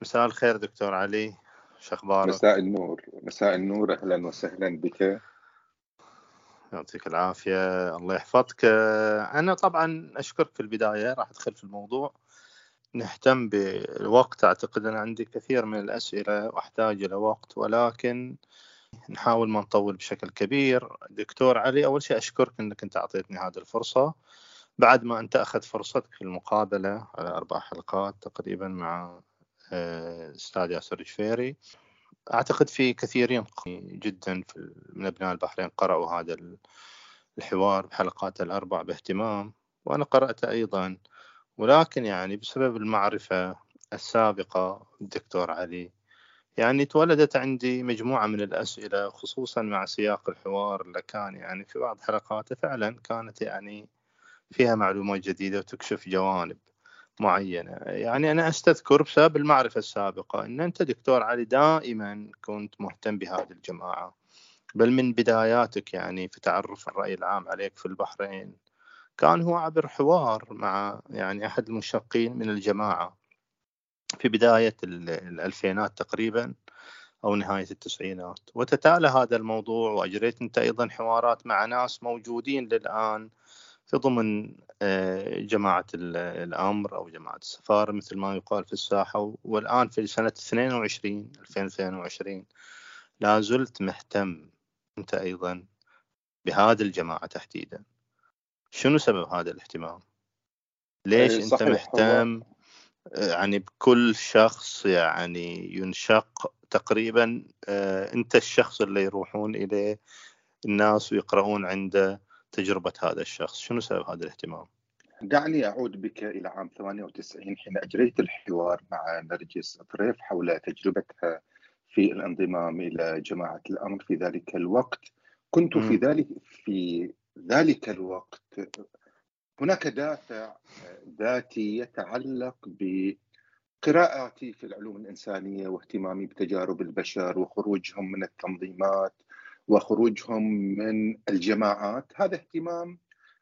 مساء الخير دكتور علي، شو أخبارك؟ مساء النور، مساء النور، أهلا وسهلا بك. يعطيك العافية، الله يحفظك. أنا طبعا أشكرك في البداية، راح أدخل في الموضوع. نهتم بالوقت، أعتقد أن عندي كثير من الأسئلة وأحتاج إلى وقت، ولكن نحاول ما نطول بشكل كبير. دكتور علي، أول شيء أشكرك أنك أنت أعطيتني هذه الفرصة بعد ما أنت أخذ فرصتك في المقابلة على 4 حلقات تقريبا مع أستاذ ياسر الجفيري. أعتقد في كثيرين جدا من أبناء البحرين قرأوا هذا الحوار بحلقات ال4 باهتمام، وأنا قرأته أيضا. ولكن يعني بسبب المعرفة السابقة الدكتور علي، يعني تولدت عندي مجموعة من الأسئلة، خصوصا مع سياق الحوار اللي كان يعني في بعض حلقاته فعلا كانت يعني فيها معلومات جديدة وتكشف جوانب معينة. يعني أنا أستذكر بسبب المعرفة السابقة أن أنت دكتور علي دائما كنت مهتم بهذه الجماعة، بل من بداياتك يعني في تعرف الرأي العام عليك في البحرين كان هو عبر حوار مع يعني أحد المنشقين من الجماعة في بداية الألفينات تقريبا أو نهاية التسعينات، وتتالى هذا الموضوع وأجريت أنت أيضا حوارات مع ناس موجودين للآن في ضمن جماعة الأمر أو جماعة السفارة مثل ما يقال في الساحة. والآن في سنة 2022 لا زلت مهتم أنت أيضا بهذه الجماعة تحديدا. شنو سبب هذا الاهتمام؟ ليش أنت صحيح. هو مهتم يعني بكل شخص يعني ينشق تقريبا؟ أنت الشخص اللي يروحون إليه الناس ويقرؤون عنده تجربة هذا الشخص. شنو سبب هذا الاهتمام؟ دعني أعود بك إلى عام 98 حين أجريت الحوار مع نرجس طريف حول تجربتها في الانضمام إلى جماعة الأمر. في ذلك الوقت كنت في ذلك الوقت هناك دافع ذاتي يتعلق بقراءاتي في العلوم الإنسانية واهتمامي بتجارب البشر وخروجهم من التنظيمات وخروجهم من الجماعات. هذا اهتمام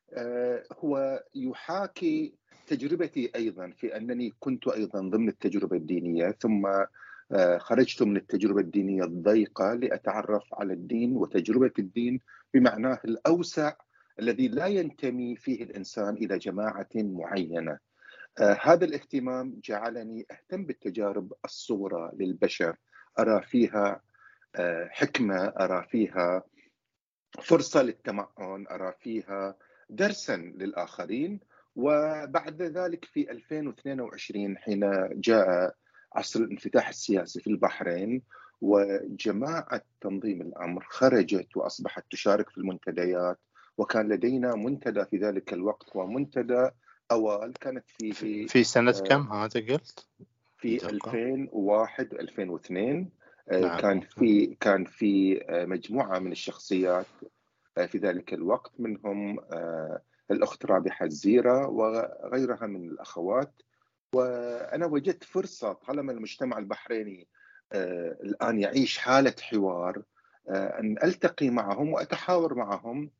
هو يحاكي تجربتي أيضا، في أنني كنت أيضا ضمن التجربة الدينية، ثم خرجت من التجربة الدينية الضيقة لأتعرف على الدين وتجربة الدين بمعناه الأوسع الذي لا ينتمي فيه الإنسان إلى جماعة معينة. هذا الاهتمام جعلني أهتم بالتجارب الصغرى للبشر، أرى فيها حكمة، أرى فيها فرصة للتمعن، أرى فيها درسا للآخرين. وبعد ذلك في 2022 حين جاء عصر الانفتاح السياسي في البحرين وجماعة تنظيم الأمر خرجت وأصبحت تشارك في المنتديات، وكان لدينا منتدى في ذلك الوقت هو منتدى أوال، كانت فيه في سنة كم هذا قلت؟ في 2001 2002. نعم. كان في مجموعة من الشخصيات في ذلك الوقت، منهم الأخت رابحة الزيرة وغيرها من الأخوات. وأنا وجدت فرصة طالما المجتمع البحريني الآن يعيش حالة حوار أن ألتقي معهم وأتحاور معهم.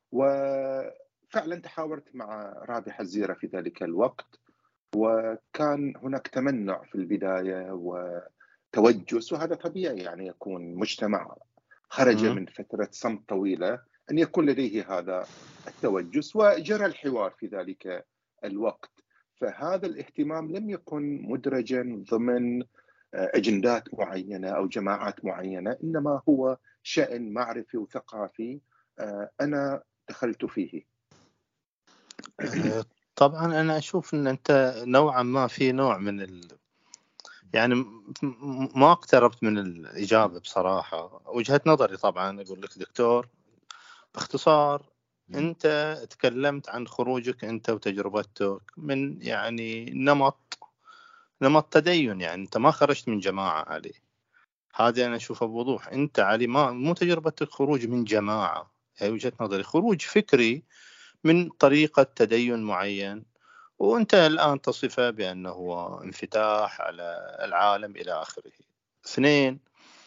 وفعلا تحاورت مع رابحة الزيرة في ذلك الوقت، وكان هناك تمنع في البداية وتوجس، وهذا طبيعي، يعني يكون مجتمع خرج من فترة صمت طويلة أن يكون لديه هذا التوجس، وجرى الحوار في ذلك الوقت. فهذا الاهتمام لم يكن مدرجا ضمن أجندات معينة أو جماعات معينة، إنما هو شأن معرفي وثقافي أنا دخلت فيه. طبعا أنا أشوف أن أنت نوعا ما في نوع من يعني ما اقتربت من الإجابة بصراحة. وجهة نظري طبعا أقول لك دكتور باختصار، أنت تكلمت عن خروجك أنت وتجربتك من يعني نمط تدين. يعني أنت ما خرجت من جماعة علي، هذه أنا أشوفها بوضوح. أنت علي مو تجربتك خروج من جماعة، هي وجهة نظري، خروج فكري من طريقة تدين معين، وأنت الآن تصفه بأنه هو انفتاح على العالم إلى آخره. اثنين،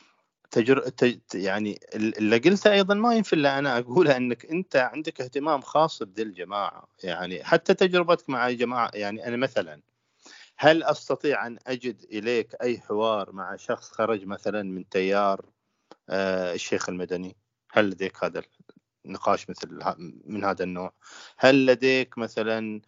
يعني اللي قلته أيضا ما ينفع إلا أنا أقولها، أنك أنت عندك اهتمام خاص بذي الجماعة. يعني حتى تجربتك مع الجماعة، يعني أنا مثلا هل أستطيع أن أجد إليك أي حوار مع شخص خرج مثلا من تيار الشيخ المدني؟ هل لديك هذا النقاش من هذا النوع؟ هل لديك مثلا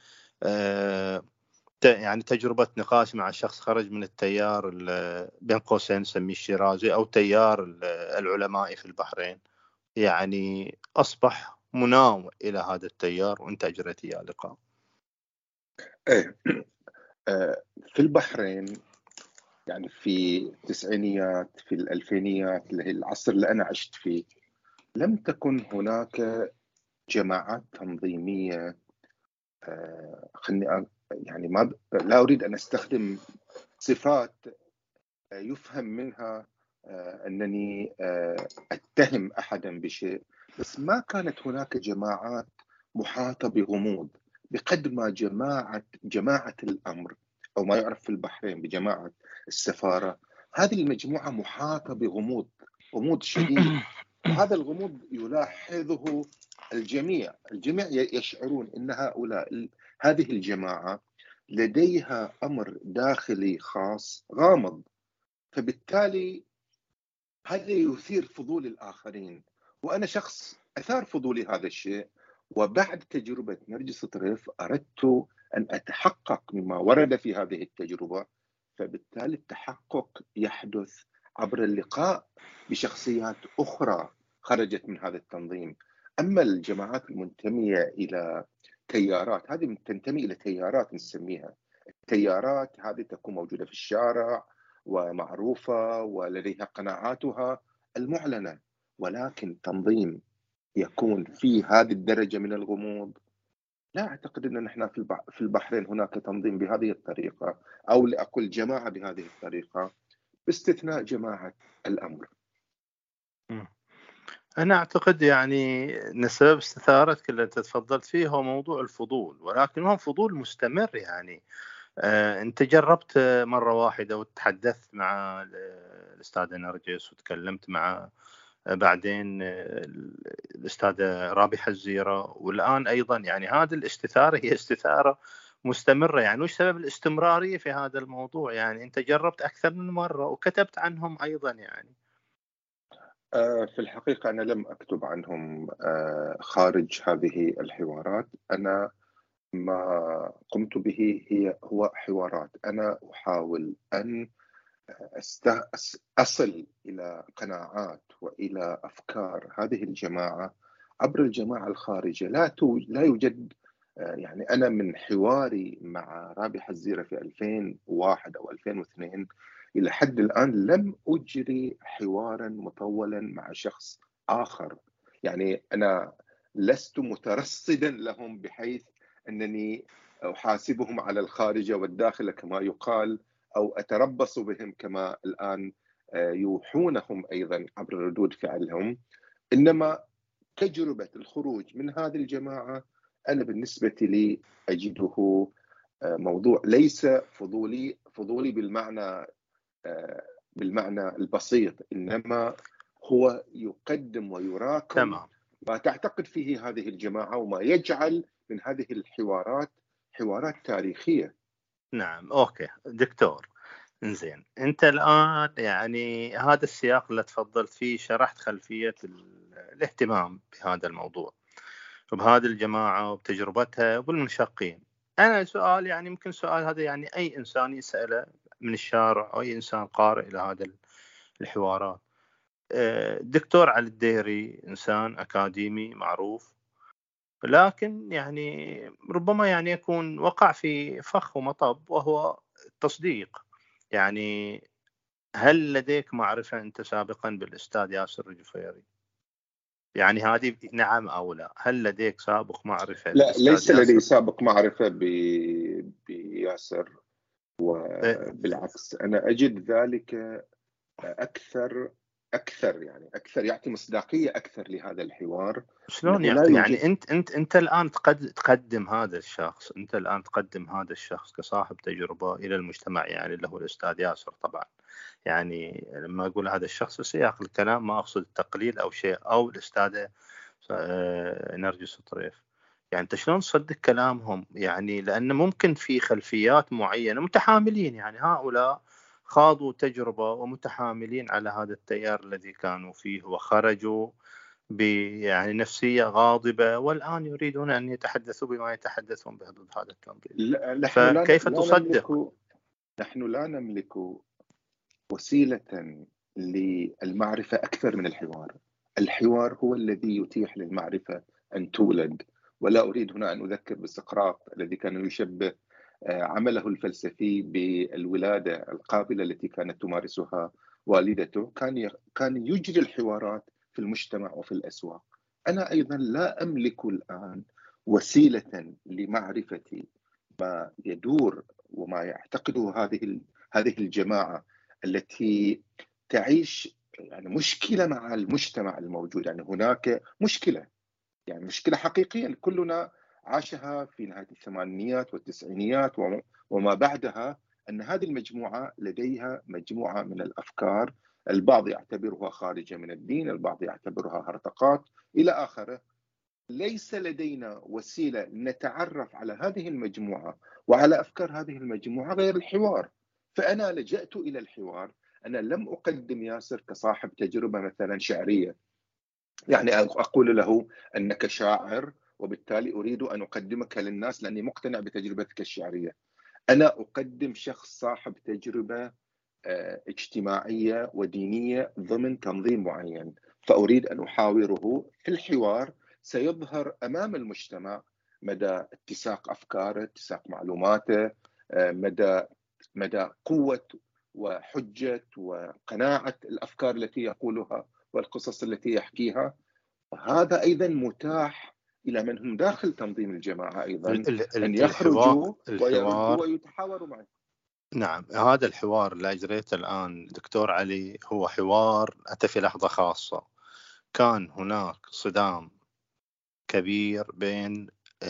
يعني تجربة نقاش مع شخص خرج من التيار بين قوسين نسميه الشيرازي أو تيار العلماء في البحرين، يعني أصبح مناوئ إلى هذا التيار وأنت أجريت إياه لقاء؟ إيه. في البحرين يعني في التسعينيات في الألفينيات اللي هي العصر اللي أنا عشت فيه، لم تكن هناك جماعات تنظيمية. خلني يعني لا أريد أن أستخدم صفات يفهم منها أنني أتهم أحدا بشيء، بس ما كانت هناك جماعات محاطة بغموض بقدر ما جماعة الأمر، أو ما يعرف في البحرين بجماعة السفارة. هذه المجموعة محاطة غموض شديد، وهذا الغموض يلاحظه الجميع يشعرون أن هذه الجماعة لديها أمر داخلي خاص غامض، فبالتالي هذا يثير فضول الآخرين، وأنا شخص أثار فضولي هذا الشيء. وبعد تجربة نرجس طريف أردت أن أتحقق مما ورد في هذه التجربة، فبالتالي التحقق يحدث عبر اللقاء بشخصيات أخرى خرجت من هذا التنظيم. أما الجماعات المنتمية إلى تيارات، هذه تنتمي إلى تيارات نسميها التيارات، هذه تكون موجودة في الشارع ومعروفة ولديها قناعاتها المعلنة، ولكن تنظيم يكون في هذه الدرجة من الغموض، لا أعتقد أن نحن في البحرين هناك تنظيم بهذه الطريقة، أو لأقول جماعة بهذه الطريقة، باستثناء جماعة الأمر. أنا أعتقد يعني أن سبب استثارتك اللي تفضلت فيه هو موضوع الفضول، ولكن هو فضول مستمر. يعني أنت جربت مرة واحدة وتحدثت مع الأستاذة نرجس وتكلمت مع بعدين الأستاذة رابحة الزيرة، والآن أيضا يعني هذه الاستثارة هي استثارة مستمرة. يعني وش سبب الاستمرارية في هذا الموضوع؟ يعني أنت جربت أكثر من مرة وكتبت عنهم أيضا. يعني في الحقيقة أنا لم أكتب عنهم خارج هذه الحوارات. أنا ما قمت به هو حوارات. أنا أحاول أن أصل إلى قناعات وإلى أفكار هذه الجماعة عبر الجماعة الخارجية. لا يوجد يعني أنا من حواري مع رابح الزيرة في 2001 أو 2002 إلى حد الآن لم أجري حوارا مطولا مع شخص آخر. يعني أنا لست مترصدا لهم بحيث أنني أحاسبهم على الخارجة والداخل كما يقال، أو أتربص بهم كما الآن يوحونهم أيضا عبر ردود فعلهم. إنما تجربة الخروج من هذه الجماعة أنا بالنسبة لي أجده موضوع ليس فضولي بالمعنى البسيط، إنما هو يقدم ويراكم تمام. ما تعتقد فيه هذه الجماعة، وما يجعل من هذه الحوارات حوارات تاريخية. نعم، أوكي دكتور. إنزين، أنت الآن يعني هذا السياق اللي تفضلت فيه شرحت خلفية الاهتمام بهذا الموضوع وبهذه الجماعة وبتجربتها وبالمنشقين. أنا سؤال يعني يمكن سؤال هذا يعني أي إنسان يسأله من الشارع أو أي إنسان قارئ إلى هذا الحوارات. الدكتور علي الديري إنسان أكاديمي معروف، لكن يعني ربما يعني يكون وقع في فخ ومطب وهو التصديق. يعني هل لديك معرفة أنت سابقا بالأستاذ ياسر الجفيري؟ يعني هذه نعم أو لا. هل لديك سابق معرفة لا، بالأستاذ ليس لدي ياسر؟ سابق معرفة بياسر، وبالعكس أنا أجد ذلك أكثر يعني أكثر يعطي مصداقية أكثر لهذا الحوار. شلون أنه لا يعطي؟ يوجد. يعني أنت الآن تقدم هذا الشخص، أنت الآن تقدم هذا الشخص كصاحب تجربة إلى المجتمع، يعني اللي هو الأستاذ ياسر طبعا. يعني لما أقول هذا الشخص في سياق الكلام ما أقصد التقليل أو شيء، أو الأستاذة نرجس طريف. يعني أنت شلون تصدق كلامهم؟ يعني لأن ممكن في خلفيات معينة متحاملين، يعني هؤلاء خاضوا تجربة ومتحاملين على هذا التيار الذي كانوا فيه وخرجوا يعني نفسية غاضبة، والآن يريدون أن يتحدثوا بما يتحدثون به ضد هذا التنظيم. نحن فكيف تصدق؟ نحن لا نملك وسيلة للمعرفة أكثر من الحوار. الحوار هو الذي يتيح للمعرفة أن تولد. ولا أريد هنا أن أذكر بسقراط الذي كان يشبه عمله الفلسفي بالولادة القابلة التي كانت تمارسها والدته. كان يجري الحوارات في المجتمع وفي الأسواق. أنا أيضا لا أملك الآن وسيلة لمعرفة ما يدور وما يعتقده هذه الجماعة التي تعيش يعني مشكلة مع المجتمع الموجود. يعني هناك مشكلة، يعني مشكلة حقيقية كلنا عاشها في نهاية الثمانينيات والتسعينيات وما بعدها، أن هذه المجموعة لديها مجموعة من الأفكار، البعض يعتبرها خارجة من الدين، البعض يعتبرها هرطقات إلى آخره. ليس لدينا وسيلة نتعرف على هذه المجموعة وعلى أفكار هذه المجموعة غير الحوار. فأنا لجأت إلى الحوار. أنا لم أقدم ياسر كصاحب تجربة مثلا شعرية، يعني أقول له أنك شاعر وبالتالي أريد أن أقدمك للناس لأني مقتنع بتجربتك الشعرية. أنا أقدم شخص صاحب تجربة اجتماعية ودينية ضمن تنظيم معين، فأريد أن أحاوره في الحوار. سيظهر أمام المجتمع مدى اتساق أفكاره، اتساق معلوماته، مدى قوة وحجة وقناعة الأفكار التي يقولها والقصص التي يحكيها. وهذا أيضا متاح إلى من هم داخل تنظيم الجماعة أيضا أن يخرجوا ويردوا ويتحاوروا معه. نعم، هذا الحوار اللي أجريته الآن دكتور علي هو حوار أتى في لحظة خاصة. كان هناك صدام كبير بين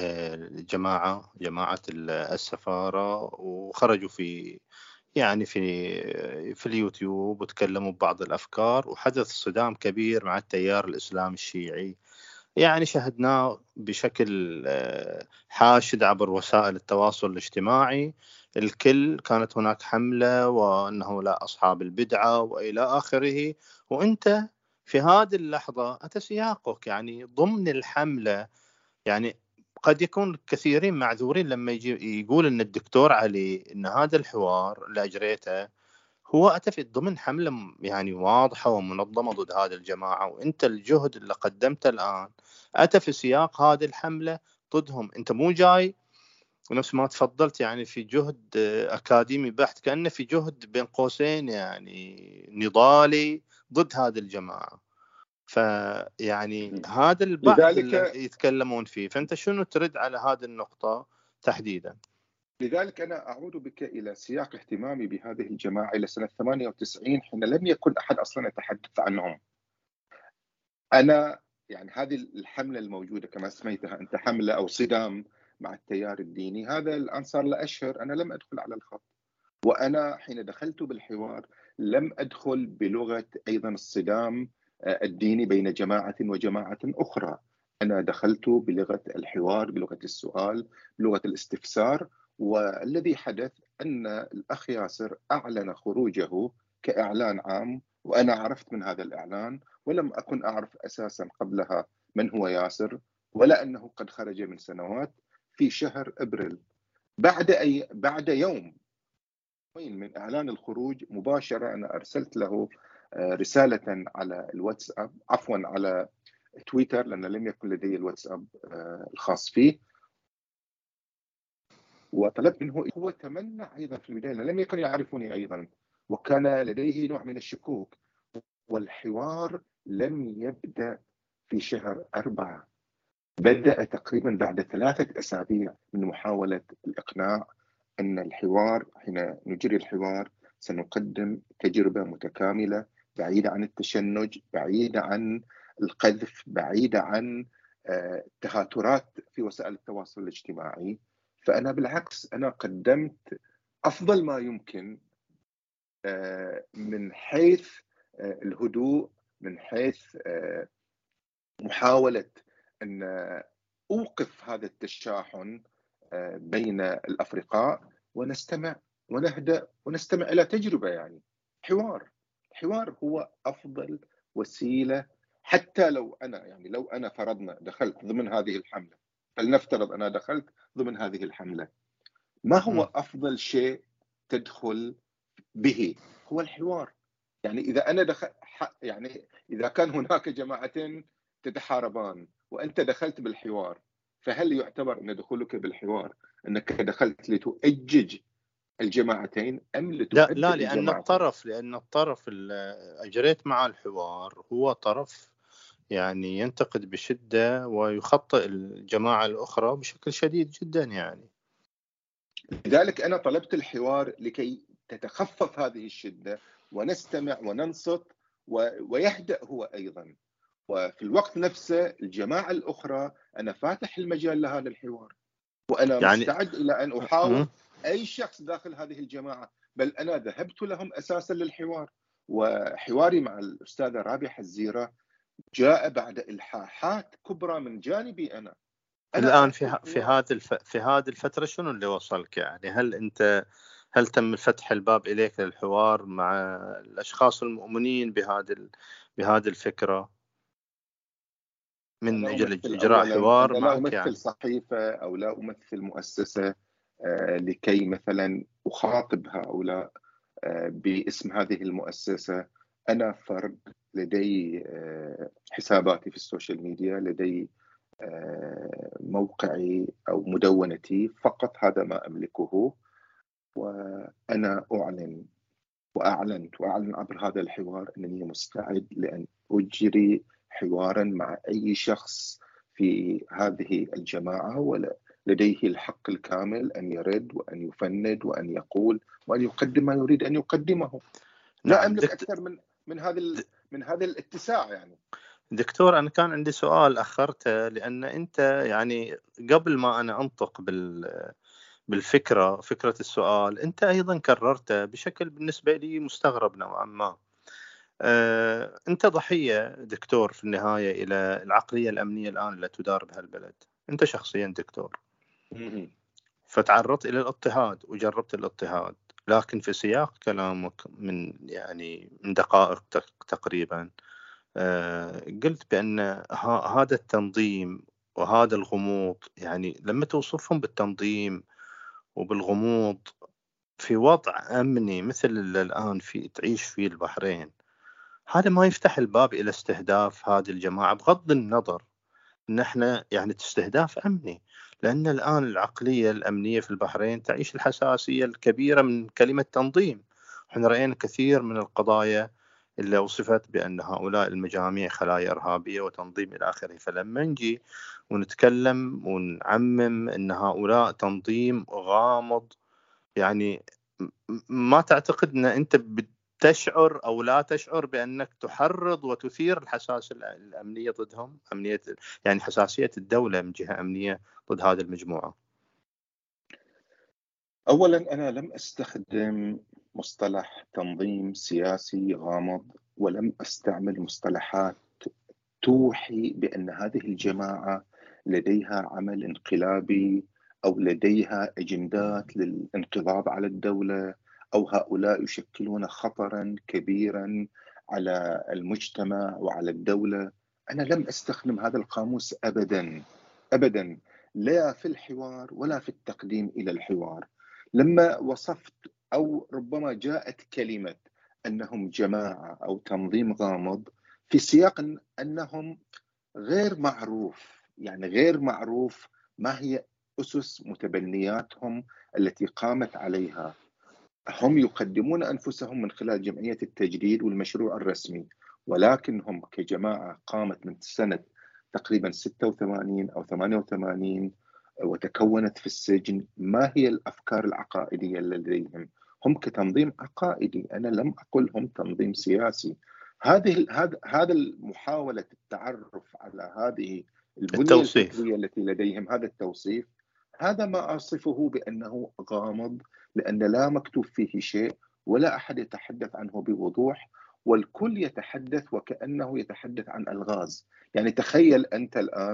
جماعة السفارة، وخرجوا في يعني في اليوتيوب وتكلموا ببعض الأفكار، وحدث صدام كبير مع التيار الإسلامي الشيعي. يعني شاهدناه بشكل حاشد عبر وسائل التواصل الاجتماعي. الكل كانت هناك حملة وأنه لا أصحاب البدعة وإلى آخره. وأنت في هذه اللحظة أتى سياقك يعني ضمن الحملة. يعني قد يكون كثيرين معذورين لما يجي يقول أن الدكتور علي أن هذا الحوار اللي أجريته هو أتى ضمن حملة يعني واضحة ومنظمة ضد هذه الجماعة. وأنت الجهد اللي قدمته الآن أتى في سياق هذه الحملة ضدهم. أنت مو جاي ونفس ما تفضلت يعني في جهد أكاديمي بحت، كأنه في جهد بين قوسين يعني نضالي ضد هذه الجماعة. فيعني هذا البعض اللي يتكلمون فيه. فأنت شنو ترد على هذه النقطة تحديدا؟ لذلك أنا أعود بك إلى سياق اهتمامي بهذه الجماعة إلى سنة 98 حين لم يكن أحد أصلا يتحدث عنهم. أنا يعني هذه الحملة الموجودة كما سميتها أنت حملة أو صدام مع التيار الديني، هذا الآن صار له أشهر أنا لم أدخل على الخط. وأنا حين دخلت بالحوار لم أدخل بلغة أيضا الصدام الديني بين جماعة وجماعة أخرى. أنا دخلت بلغة الحوار، بلغة السؤال، بلغة الاستفسار. والذي حدث أن الأخ ياسر أعلن خروجه كإعلان عام، وأنا عرفت من هذا الإعلان ولم أكن أعرف أساسا قبلها من هو ياسر ولا أنه قد خرج من سنوات. في شهر أبريل بعد يوم من إعلان الخروج مباشرة أنا أرسلت له رسالة على الواتساب، عفوا على تويتر لأن لم يكن لدي الواتساب الخاص فيه، وطلبت منه. هو تمنى أيضا في البداية لم يكن يعرفني أيضا وكان لديه نوع من الشكوك. والحوار لم يبدأ في شهر 4، بدأ تقريبا بعد 3 أسابيع من محاولة الإقناع أن الحوار حين نجري الحوار سنقدم تجربة متكاملة بعيدة عن التشنج، بعيدة عن القذف، بعيدة عن التهاترات في وسائل التواصل الاجتماعي. فأنا بالعكس أنا قدمت أفضل ما يمكن من حيث الهدوء، من حيث محاولة أن أوقف هذا التشاحن بين الأفرقاء، ونستمع ونهدأ ونستمع إلى تجربة. يعني الحوار هو أفضل وسيلة. حتى لو أنا فرضنا دخلت ضمن هذه الحملة، فلنفترض أنا دخلت ضمن هذه الحملة، ما هو أفضل شيء تدخل به؟ هو الحوار. يعني إذا أنا يعني إذا كان هناك جماعتين تتحاربان وأنت دخلت بالحوار، فهل يعتبر أن دخولك بالحوار أنك دخلت لتؤجج الجماعتين أم لا لتهدئ لا، الجماعتين؟ لأن الطرف اللي أجريت مع الحوار هو طرف يعني ينتقد بشدة ويخطئ الجماعة الأخرى بشكل شديد جدا يعني. لذلك أنا طلبت الحوار لكي تتخفف هذه الشدة ونستمع وننصت ويهدأ هو أيضا. وفي الوقت نفسه الجماعة الأخرى أنا فاتح المجال لهذا الحوار، وأنا يعني مستعد إلى أن أحاور أي شخص داخل هذه الجماعة، بل أنا ذهبت لهم أساسا للحوار. وحواري مع الأستاذة رابحة الزيرة جاء بعد إلحاحات كبرى من جانبي أنا الآن أعطي في هذه الفترة شنو اللي وصلك؟ يعني هل تم فتح الباب إليك للحوار مع الأشخاص المؤمنين بهذه الفكرة من أجل إجراء أولا حوار أنا لا معك أمثل يعني؟ صحيفة أو لا أمثل مؤسسة لكي مثلا أخاطب هؤلاء باسم هذه المؤسسة. أنا فرد لدي حساباتي في السوشيال ميديا، لدي موقعي أو مدونتي فقط، هذا ما أملكه. وأنا وأعلن عبر هذا الحوار أنني مستعد لأن أجري حوارا مع أي شخص في هذه الجماعة، ولديه الحق الكامل أن يرد وأن يفند وأن يقول وأن يقدم ما يريد أن يقدمه. لا أملك أكثر من هذا الاتساع. يعني دكتور، أنا كان عندي سؤال أخرته، لأن أنت يعني قبل ما أنا أنطق فكرة السؤال، أنت أيضا كررته بشكل بالنسبة لي مستغرب نوعا ما. أنت ضحية دكتور في النهاية إلى العقلية الأمنية الآن التي تدار بها البلد. أنت شخصيا دكتور، فتعرضت إلى الاضطهاد وجربت الاضطهاد، لكن في سياق كلامك من دقائق تقريبا قلت بأن هذا التنظيم وهذا الغموض، يعني لما توصفهم بالتنظيم وبالغموض في وضع أمني مثل اللي الآن تعيش فيه البحرين، هذا ما يفتح الباب إلى استهداف هذه الجماعة، بغض النظر أن احنا يعني تستهداف أمني. لأن الآن العقلية الأمنية في البحرين تعيش الحساسية الكبيرة من كلمة تنظيم. احنا رأينا كثير من القضايا اللي وصفت بأن هؤلاء المجاميع خلايا إرهابية وتنظيم إلى آخره، فلما نجي ونتكلم ونعمم أن هؤلاء تنظيم غامض، يعني ما تعتقد أن أنت تشعر أو لا تشعر بأنك تحرض وتثير الحساسية الأمنية ضدهم، يعني حساسية الدولة من جهة أمنية ضد هذه المجموعة؟ أولا أنا لم أستخدم مصطلح تنظيم سياسي غامض، ولم أستعمل مصطلحات توحي بأن هذه الجماعة لديها عمل انقلابي أو لديها أجندات للانقضاض على الدولة، أو هؤلاء يشكلون خطرا كبيرا على المجتمع وعلى الدولة. أنا لم أستخدم هذا القاموس أبدا أبدا، لا في الحوار ولا في التقديم إلى الحوار. لما وصفت أو ربما جاءت كلمة أنهم جماعة أو تنظيم غامض في سياق أنهم غير معروف، يعني غير معروف ما هي أسس متبنياتهم التي قامت عليها. هم يقدمون أنفسهم من خلال جمعية التجديد والمشروع الرسمي، ولكنهم كجماعة قامت من سنة تقريبا 86 أو 88 وتكونت في السجن. ما هي الأفكار العقائدية لديهم؟ هم كتنظيم عقائدي، أنا لم أقل هم تنظيم سياسي. هذا المحاولة التعرف على هذه البنية التوصيف. الفكرية التي لديهم، هذا التوصيف، هذا ما أصفه بأنه غامض، لأن لا مكتوب فيه شيء ولا أحد يتحدث عنه بوضوح، والكل يتحدث وكأنه يتحدث عن ألغاز. يعني تخيل أنت الآن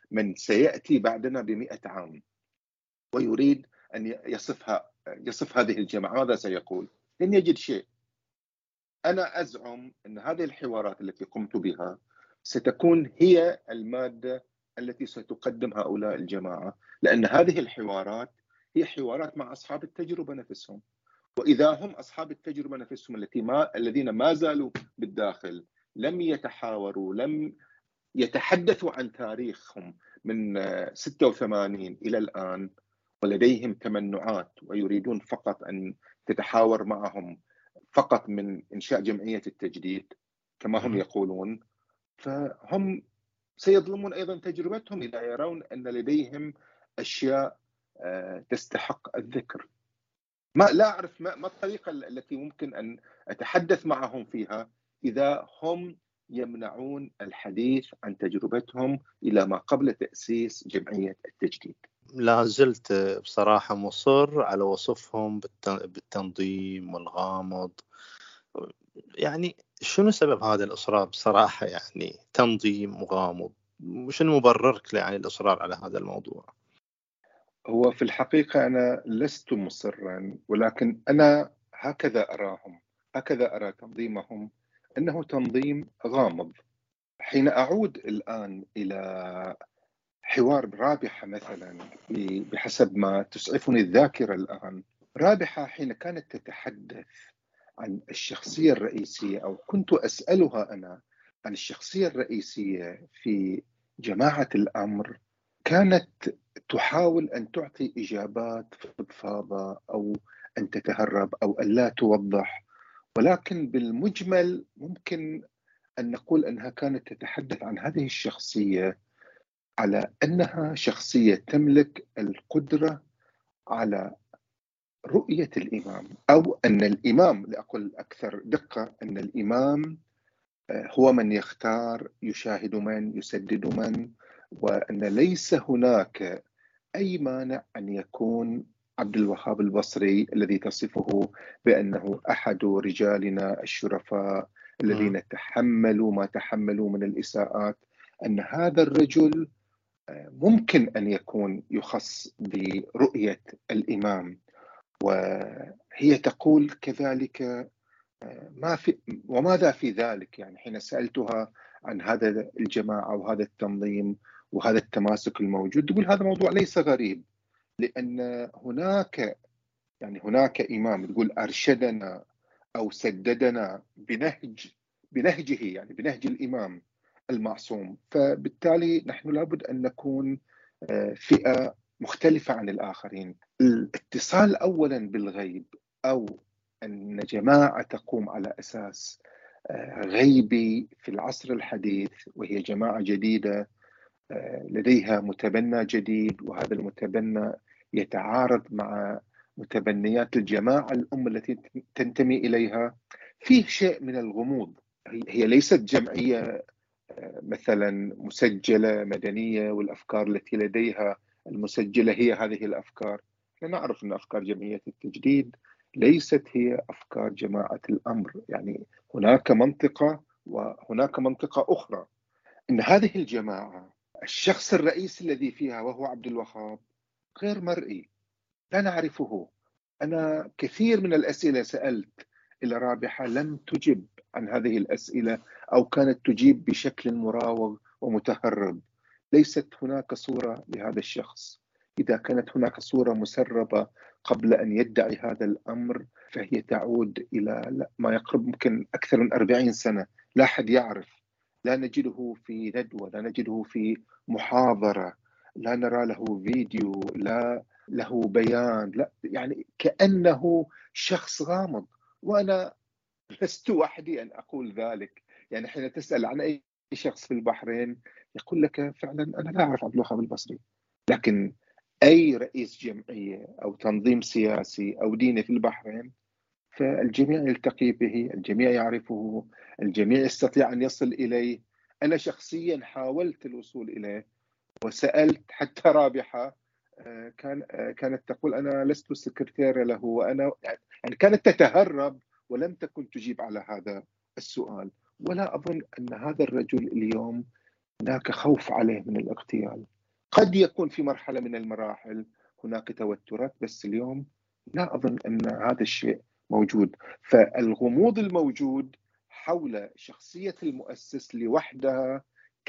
من سيأتي بعدنا ب100 عام ويريد أن يصف هذه الجماعة، ماذا سيقول؟ لن يجد شيء. أنا أزعم أن هذه الحوارات التي قمت بها ستكون هي المادة التي ستقدم هؤلاء الجماعة، لأن هذه الحوارات هي حوارات مع أصحاب التجربة نفسهم. وإذا هم أصحاب التجربة نفسهم الذين ما زالوا بالداخل لم يتحاوروا، لم يتحدثوا عن تاريخهم من 86 إلى الآن، ولديهم تمنعات ويريدون فقط أن تتحاور معهم فقط من إنشاء جمعية التجديد كما هم يقولون، فهم سيظلمون أيضا تجربتهم إذا يرون أن لديهم أشياء تستحق الذكر. لا أعرف ما الطريقة التي ممكن أن أتحدث معهم فيها إذا هم يمنعون الحديث عن تجربتهم إلى ما قبل تأسيس جمعية التجديد. لا زلت بصراحة مصر على وصفهم بالتنظيم والغامض. يعني شنو سبب هذا الإصرار بصراحة؟ يعني تنظيم وغامض، شنو مبررك يعني الإصرار على هذا الموضوع؟ هو في الحقيقة أنا لست مصرا، ولكن أنا هكذا أراهم، هكذا أرى تنظيمهم، أنه تنظيم غامض. حين أعود الآن إلى حوار رابحة مثلا، بحسب ما تسعفني الذاكرة الآن، رابحة حين كانت تتحدث عن الشخصية الرئيسية، أو كنت أسألها أنا عن الشخصية الرئيسية في جماعة الأمر، كانت تحاول أن تعطي إجابات فضفاضة أو أن تتهرب أو أن لا توضح، ولكن بالمجمل ممكن أن نقول أنها كانت تتحدث عن هذه الشخصية على أنها شخصية تملك القدرة على رؤية الإمام، أو أن الإمام، لأقول أكثر دقة، أن الإمام هو من يختار، يشاهد من، يسدد من، وأن ليس هناك أي مانع أن يكون عبد الوهاب البصري الذي تصفه بأنه أحد رجالنا الشرفاء الذين تحملوا ما تحملوا من الإساءات، أن هذا الرجل ممكن أن يكون يخص برؤية الإمام. وهي تقول كذلك ما في وماذا في ذلك. يعني حين سألتها عن هذا الجماعة وهذا التنظيم وهذا التماسك الموجود، تقول هذا موضوع ليس غريب، لأن هناك إمام تقول أرشدنا أو سددنا بنهجه، يعني بنهج الإمام المعصوم، فبالتالي نحن لابد أن نكون فئة مختلفة عن الآخرين. الاتصال أولا بالغيب، أو أن جماعة تقوم على أساس غيبي في العصر الحديث، وهي جماعة جديدة لديها متبنى جديد، وهذا المتبنى يتعارض مع متبنيات الجماعة الأم التي تنتمي إليها، فيه شيء من الغموض. هي ليست جمعية مثلا مسجلة مدنية والأفكار التي لديها المسجلة هي هذه الأفكار. نعرف أن أفكار جمعية التجديد ليست هي أفكار جماعة الأمر، يعني هناك منطقة وهناك منطقة أخرى. إن هذه الجماعة الشخص الرئيسي الذي فيها وهو عبد الوهاب غير مرئي، لا نعرفه. أنا كثير من الأسئلة سألت إلى رابحة لم تجب عن هذه الأسئلة، أو كانت تجيب بشكل مراوغ ومتهرب. ليست هناك صورة لهذا الشخص. إذا كانت هناك صورة مسربة قبل أن يدعي هذا الأمر، فهي تعود إلى ما يقرب ممكن أكثر من 40 سنة، لا أحد يعرف. لا نجده في ندوة، لا نجده في محاضرة، لا نرى له فيديو، لا له بيان، لا، يعني كأنه شخص غامض. وأنا لست وحدي أن أقول ذلك. يعني حين تسأل عن أي شخص في البحرين يقول لك فعلا أنا لا أعرف عبد الوهاب البصري، لكن أي رئيس جمعية أو تنظيم سياسي أو ديني في البحرين فالجميع يلتقي به، الجميع يعرفه، الجميع يستطيع أن يصل إليه. أنا شخصيا حاولت الوصول إليه وسألت حتى رابحة، كانت تقول أنا لست سكرتيرة له، وأنا يعني كانت تتهرب ولم تكن تجيب على هذا السؤال. ولا أظن أن هذا الرجل اليوم هناك خوف عليه من الاغتيال. قد يكون في مرحلة من المراحل هناك توترات، بس اليوم لا أظن أن هذا الشيء موجود. فالغموض الموجود حول شخصية المؤسس لوحدها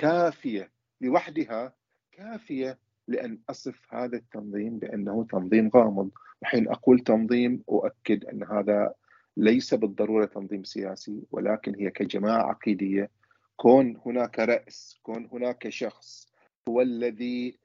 كافية لأن أصف هذا التنظيم بأنه تنظيم غامض. وحين أقول تنظيم أؤكد أن هذا ليس بالضرورة تنظيم سياسي، ولكن هي كجماعة عقيدية. كون هناك رأس، كون هناك شخص هو الذي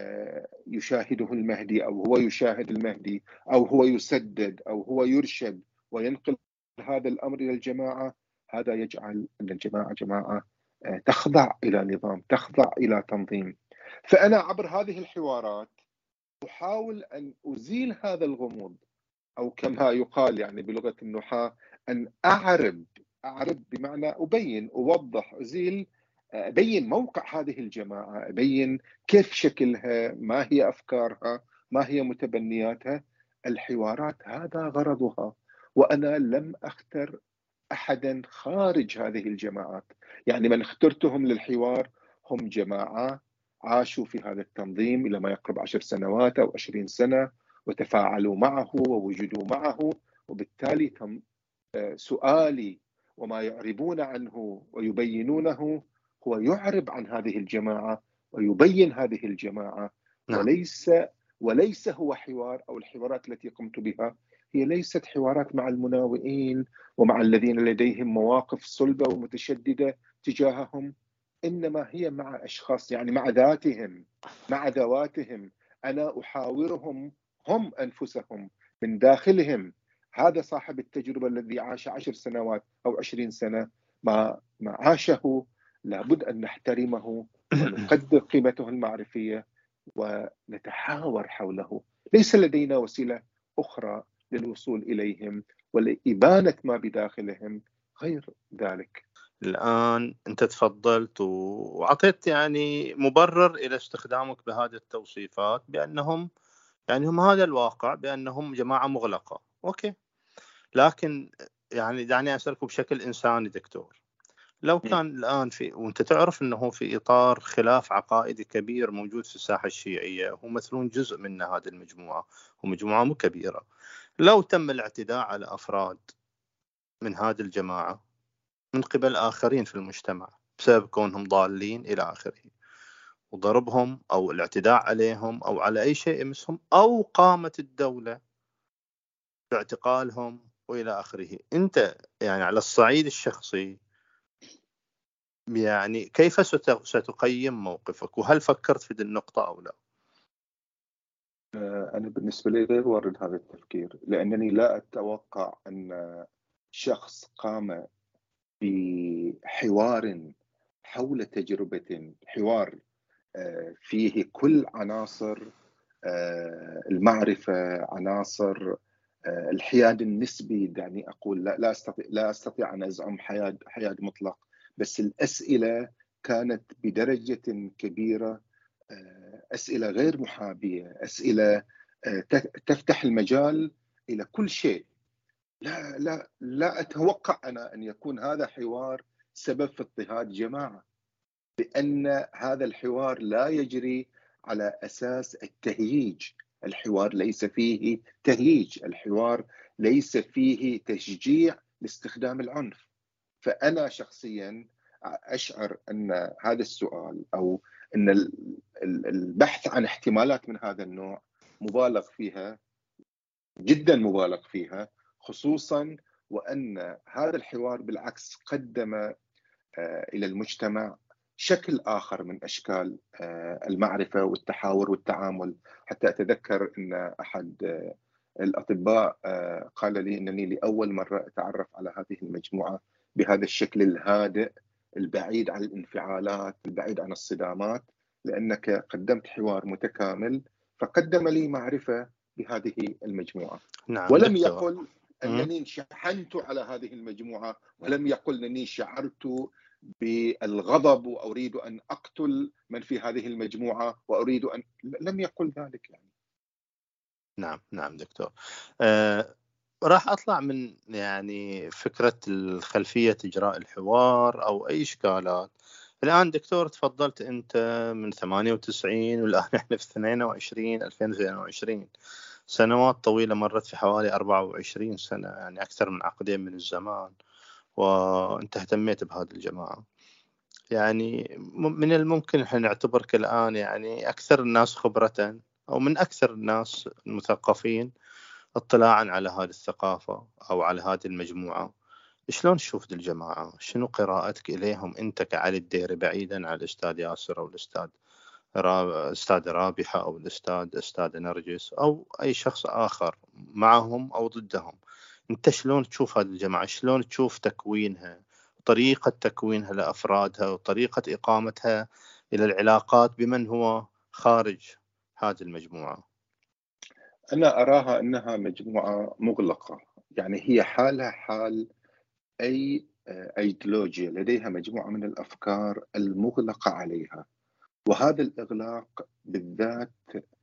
يشاهده المهدي، أو هو يشاهد المهدي، أو هو يسدد، أو هو يرشد وينقل هذا الأمر إلى الجماعة، هذا يجعل أن الجماعة جماعة تخضع إلى نظام، تخضع إلى تنظيم. فأنا عبر هذه الحوارات أحاول أن أزيل هذا الغموض، أو كما يقال يعني بلغة النحاة أن أعرب بمعنى أبين، أوضح، أبين موقع هذه الجماعة، أبين كيف شكلها، ما هي أفكارها، ما هي متبنياتها. الحوارات هذا غرضها، وأنا لم أختر أحدا خارج هذه الجماعات. يعني من اخترتهم للحوار هم جماعة عاشوا في هذا التنظيم إلى ما يقرب 10 سنوات أو 20 سنة، وتفاعلوا معه ووجدوا معه. وبالتالي سؤالي وما يعربون عنه ويبينونه هو يعرب عن هذه الجماعة ويبين هذه الجماعة. نعم. وليس هو حوار، أو الحوارات التي قمت بها هي ليست حوارات مع المناوئين ومع الذين لديهم مواقف صلبة ومتشددة تجاههم، إنما هي مع أشخاص، يعني مع ذاتهم، مع ذواتهم. أنا أحاورهم هم أنفسهم من داخلهم. هذا صاحب التجربة الذي عاش 10 سنوات أو 20 سنة، ما عاشه لابد أن نحترمه ونقدر قيمته المعرفية ونتحاور حوله. ليس لدينا وسيلة أخرى للوصول إليهم ولإبانة ما بداخلهم غير ذلك. الآن أنت تفضلت وعطيت يعني مبرر إلى استخدامك بهذه التوصيفات بأنهم يعني هم هذا الواقع، بأنهم جماعة مغلقة. أوكي، لكن يعني دعني أسألك بشكل إنساني دكتور، لو كان الآن وأنت تعرف أنه في إطار خلاف عقائدي كبير موجود في الساحة الشيعية، هم مثلون جزء من هذه المجموعة ومجموعة مو كبيرة، لو تم الاعتداء على أفراد من هذه الجماعة من قبل آخرين في المجتمع بسبب كونهم ضالين إلى آخره، وضربهم أو الاعتداء عليهم أو على أي شيء يمسهم، أو قامت الدولة باعتقالهم وإلى آخره، أنت يعني على الصعيد الشخصي يعني كيف ستقيم موقفك، وهل فكرت في هذه النقطة أو لا؟ أنا بالنسبة لي غير وارد هذا التفكير، لأنني لا أتوقع أن شخص قام بحوار حول تجربة، حوار فيه كل عناصر المعرفة، عناصر الحياد النسبي. دعني أقول لا أستطيع أن أزعم حياد مطلق، بس الأسئلة كانت بدرجة كبيرة أسئلة غير محابية، أسئلة تفتح المجال إلى كل شيء. لا أتوقع أنا أن يكون هذا حوار سبب في اضطهاد جماعة، لأن هذا الحوار لا يجري على أساس التهييج. الحوار ليس فيه تهييج، الحوار ليس فيه تشجيع لاستخدام العنف. فأنا شخصيا أشعر أن هذا السؤال، أو أن البحث عن احتمالات من هذا النوع مبالغ فيها، جدا مبالغ فيها، خصوصا وأن هذا الحوار بالعكس قدم إلى المجتمع شكل آخر من أشكال المعرفة والتحاور والتعامل. حتى أتذكر أن أحد الأطباء قال لي أنني لأول مرة أتعرف على هذه المجموعة بهذا الشكل الهادئ، البعيد عن الانفعالات، البعيد عن الصدامات، لأنك قدمت حوار متكامل. فقدم لي معرفة بهذه المجموعة. نعم ولم دكتور. يقل أنني شحنت على هذه المجموعة، ولم يقل أنني شعرت بالغضب وأريد أن أقتل من في هذه المجموعة وأريد أن، لم يقل ذلك يعني. نعم دكتور. راح أطلع من يعني فكرة الخلفية إجراء الحوار أو أي إشكالات. الآن دكتور تفضلت أنت من 98 والآن إحنا في 2022 سنوات طويلة مرت، في حوالي 24 سنة، يعني أكثر من عقدين من الزمان، وأنت اهتميت بهذه الجماعة. يعني من الممكن احنا نعتبرك الآن يعني أكثر الناس خبرة، أو من أكثر الناس المثقفين اطلاعا على هذه الثقافة أو على هذه المجموعة. شلون تشوف ذي الجماعة؟ شنو قراءتك إليهم أنت كعلي الديري، بعيدا عن الأستاذ ياسر أو أستاذ رابحة أو أستاذ نرجس أو أي شخص آخر، معهم أو ضدهم؟ أنت شلون تشوف هذه الجماعة؟ شلون تشوف تكوينها، طريقة تكوينها لأفرادها، وطريقة إقامتها إلى العلاقات بمن هو خارج هذه المجموعة؟ أنا أراها أنها مجموعة مغلقة، يعني هي حالها حال أي أيديولوجيا لديها مجموعة من الأفكار المغلقة عليها. وهذا الإغلاق بالذات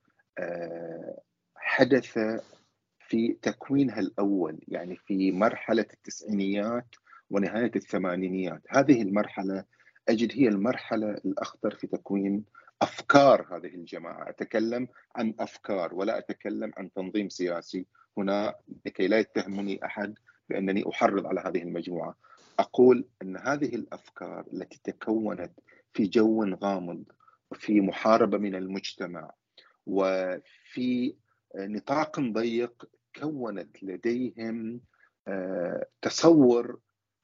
حدث في تكوينها الأول، يعني في مرحلة التسعينيات ونهاية الثمانينيات. هذه المرحلة أجد هي المرحلة الأخطر في تكوين أفكار هذه الجماعة. أتكلم عن أفكار ولا أتكلم عن تنظيم سياسي هنا، لكي لا يتهمني أحد بأنني أحرض على هذه المجموعة. أقول أن هذه الأفكار التي تكونت في جو غامض، وفي محاربة من المجتمع، وفي نطاق ضيق، كونت لديهم تصور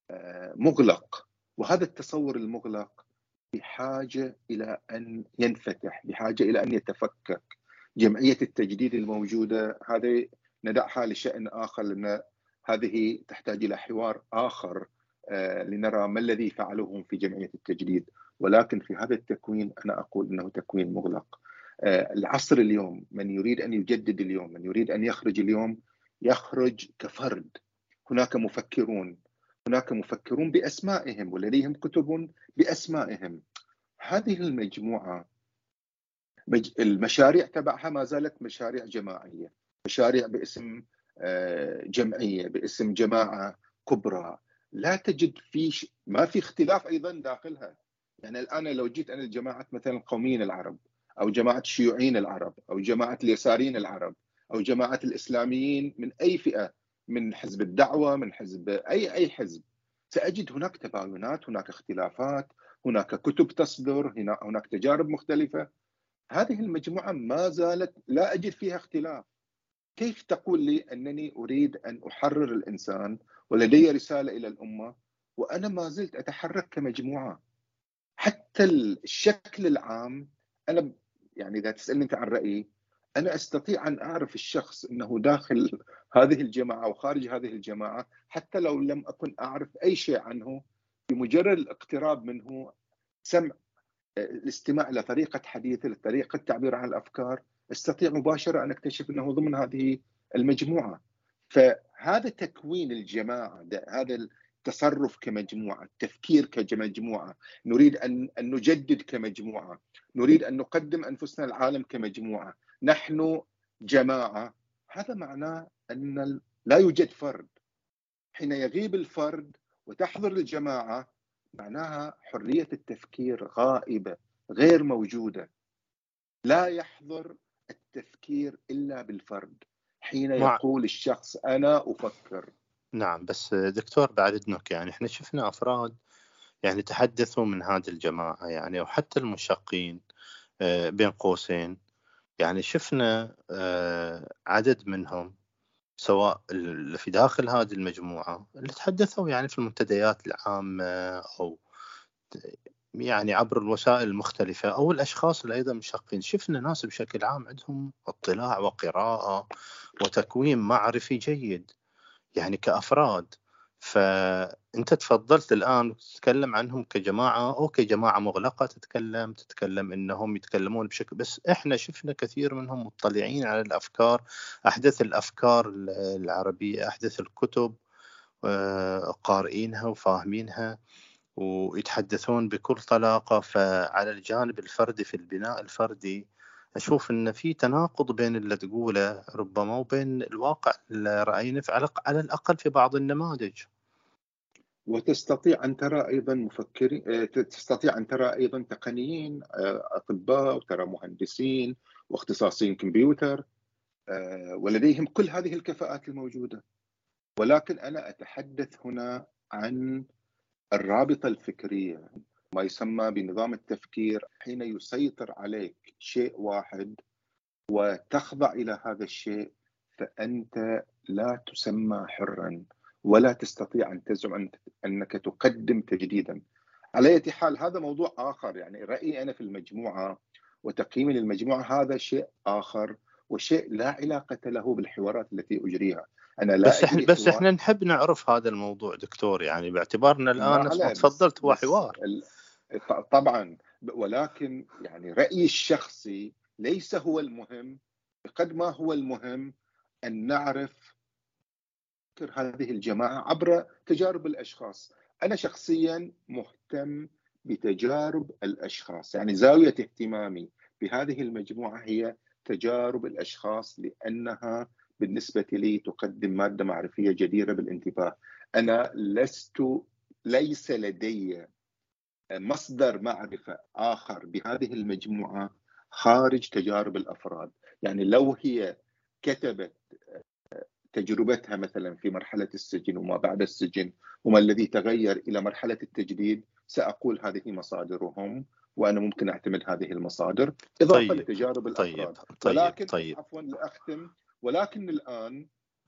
مغلق. وهذا التصور المغلق بحاجة إلى أن ينفتح، بحاجة إلى أن يتفكك. جمعية التجديد الموجودة هذه ندعها لشأن آخر، لأن هذه تحتاج إلى حوار آخر لنرى ما الذي فعلوهم في جمعية التجديد. ولكن في هذا التكوين أنا أقول أنه تكوين مغلق. العصر اليوم، من يريد أن يجدد اليوم، من يريد أن يخرج اليوم، يخرج كفرد. هناك مفكرون بأسمائهم، ولديهم كتب بأسمائهم. هذه المجموعة المشاريع تبعها ما زالت مشاريع جماعية، مشاريع باسم جمعية، باسم جماعة كبرى. لا تجد ما في اختلاف أيضا داخلها. يعني الآن لو جيت أنا الجماعة مثلا القوميين العرب، أو جماعة الشيوعيين العرب، أو جماعة اليساريين العرب، أو جماعة الإسلاميين من أي فئة، من حزب الدعوة، من حزب أي حزب، سأجد هناك تباينات، هناك اختلافات، هناك كتب تصدر، هناك تجارب مختلفة. هذه المجموعة ما زالت لا أجد فيها اختلاف. كيف تقول لي أنني أريد أن أحرر الإنسان ولدي رسالة إلى الأمة وأنا ما زلت أتحرك كمجموعة؟ حتى الشكل العام، أنا يعني إذا تسألني أنت عن رأيي، أنا أستطيع أن أعرف الشخص أنه داخل هذه الجماعة أو خارج هذه الجماعة، حتى لو لم أكن أعرف أي شيء عنه. بمجرد الاقتراب منه، سمع الاستماع إلى طريقة حديثه، لطريقة التعبير عن الأفكار، استطيع مباشرة أن أكتشف أنه ضمن هذه المجموعة. فهذا تكوين الجماعة، هذا التصرف كمجموعة، التفكير كمجموعة، نريد أن نجدد كمجموعة، نريد أن نقدم أنفسنا العالم كمجموعة، نحن جماعة. هذا معناه أن لا يوجد فرد. حين يغيب الفرد وتحضر الجماعة، معناها حرية التفكير غائبة، غير موجودة. لا يحضر التفكير إلا بالفرد حين مع يقول الشخص أنا أفكر. نعم، بس دكتور بعد إذنك، يعني إحنا شفنا أفراد يعني تحدثوا من هذه الجماعة، يعني وحتى المشقين بين قوسين، يعني شفنا عدد منهم، سواء اللي في داخل هذه المجموعة اللي تحدثوا يعني في المنتديات العامة، أو يعني عبر الوسائل المختلفة، أو الأشخاص اللي أيضا مشقين. شفنا ناس بشكل عام عندهم اطلاع وقراءة وتكوين معرفي جيد، يعني كأفراد. فأنت تفضلت الآن تتكلم عنهم كجماعة أو كجماعة مغلقة، تتكلم إنهم يتكلمون بشكل، بس إحنا شفنا كثير منهم مطلعين على الأفكار، أحدث الأفكار العربية، أحدث الكتب، قارئينها وفاهمينها ويتحدثون بكل طلاقة. فعلى الجانب الفردي، في البناء الفردي، أشوف أن في تناقض بين اللي تقوله ربما وبين الواقع اللي رأينا على الأقل في بعض النماذج. وتستطيع أن ترى أيضا مفكرين، تستطيع أن ترى أيضا تقنيين، أطباء، وترى مهندسين واختصاصيين كمبيوتر، ولديهم كل هذه الكفاءات الموجودة. ولكن أنا أتحدث هنا عن الرابطة الفكرية، ما يسمى بنظام التفكير. حين يسيطر عليك شيء واحد وتخضع إلى هذا الشيء، فأنت لا تسمى حرا، ولا تستطيع أن تزعم أنك تقدم تجديدا. على أي حال، هذا موضوع آخر. يعني رأيي أنا في المجموعة وتقييمي للمجموعة هذا شيء آخر، وشيء لا علاقة له بالحوارات التي أجريها. أنا لا أجري بس حوار. احنا نحب نعرف هذا الموضوع دكتور، يعني باعتبارنا ما الآن نفس ما عليه، تفضلت هو حوار. طبعا، ولكن يعني رأيي الشخصي ليس هو المهم، قد ما هو المهم أن نعرف هذه الجماعة عبر تجارب الأشخاص. أنا شخصيا مهتم بتجارب الأشخاص، يعني زاوية اهتمامي بهذه المجموعة هي تجارب الأشخاص، لأنها بالنسبة لي تقدم مادة معرفية جديرة بالانتباه. أنا ليس لدي مصدر معرفة آخر بهذه المجموعة خارج تجارب الأفراد. يعني لو هي كتبت تجربتها مثلا في مرحلة السجن وما بعد السجن وما الذي تغير إلى مرحلة التجديد، سأقول هذه مصادرهم، وأنا ممكن أعتمد هذه المصادر إضافة لتجارب الأفراد. ولكن عفوا لأختم، ولكن الآن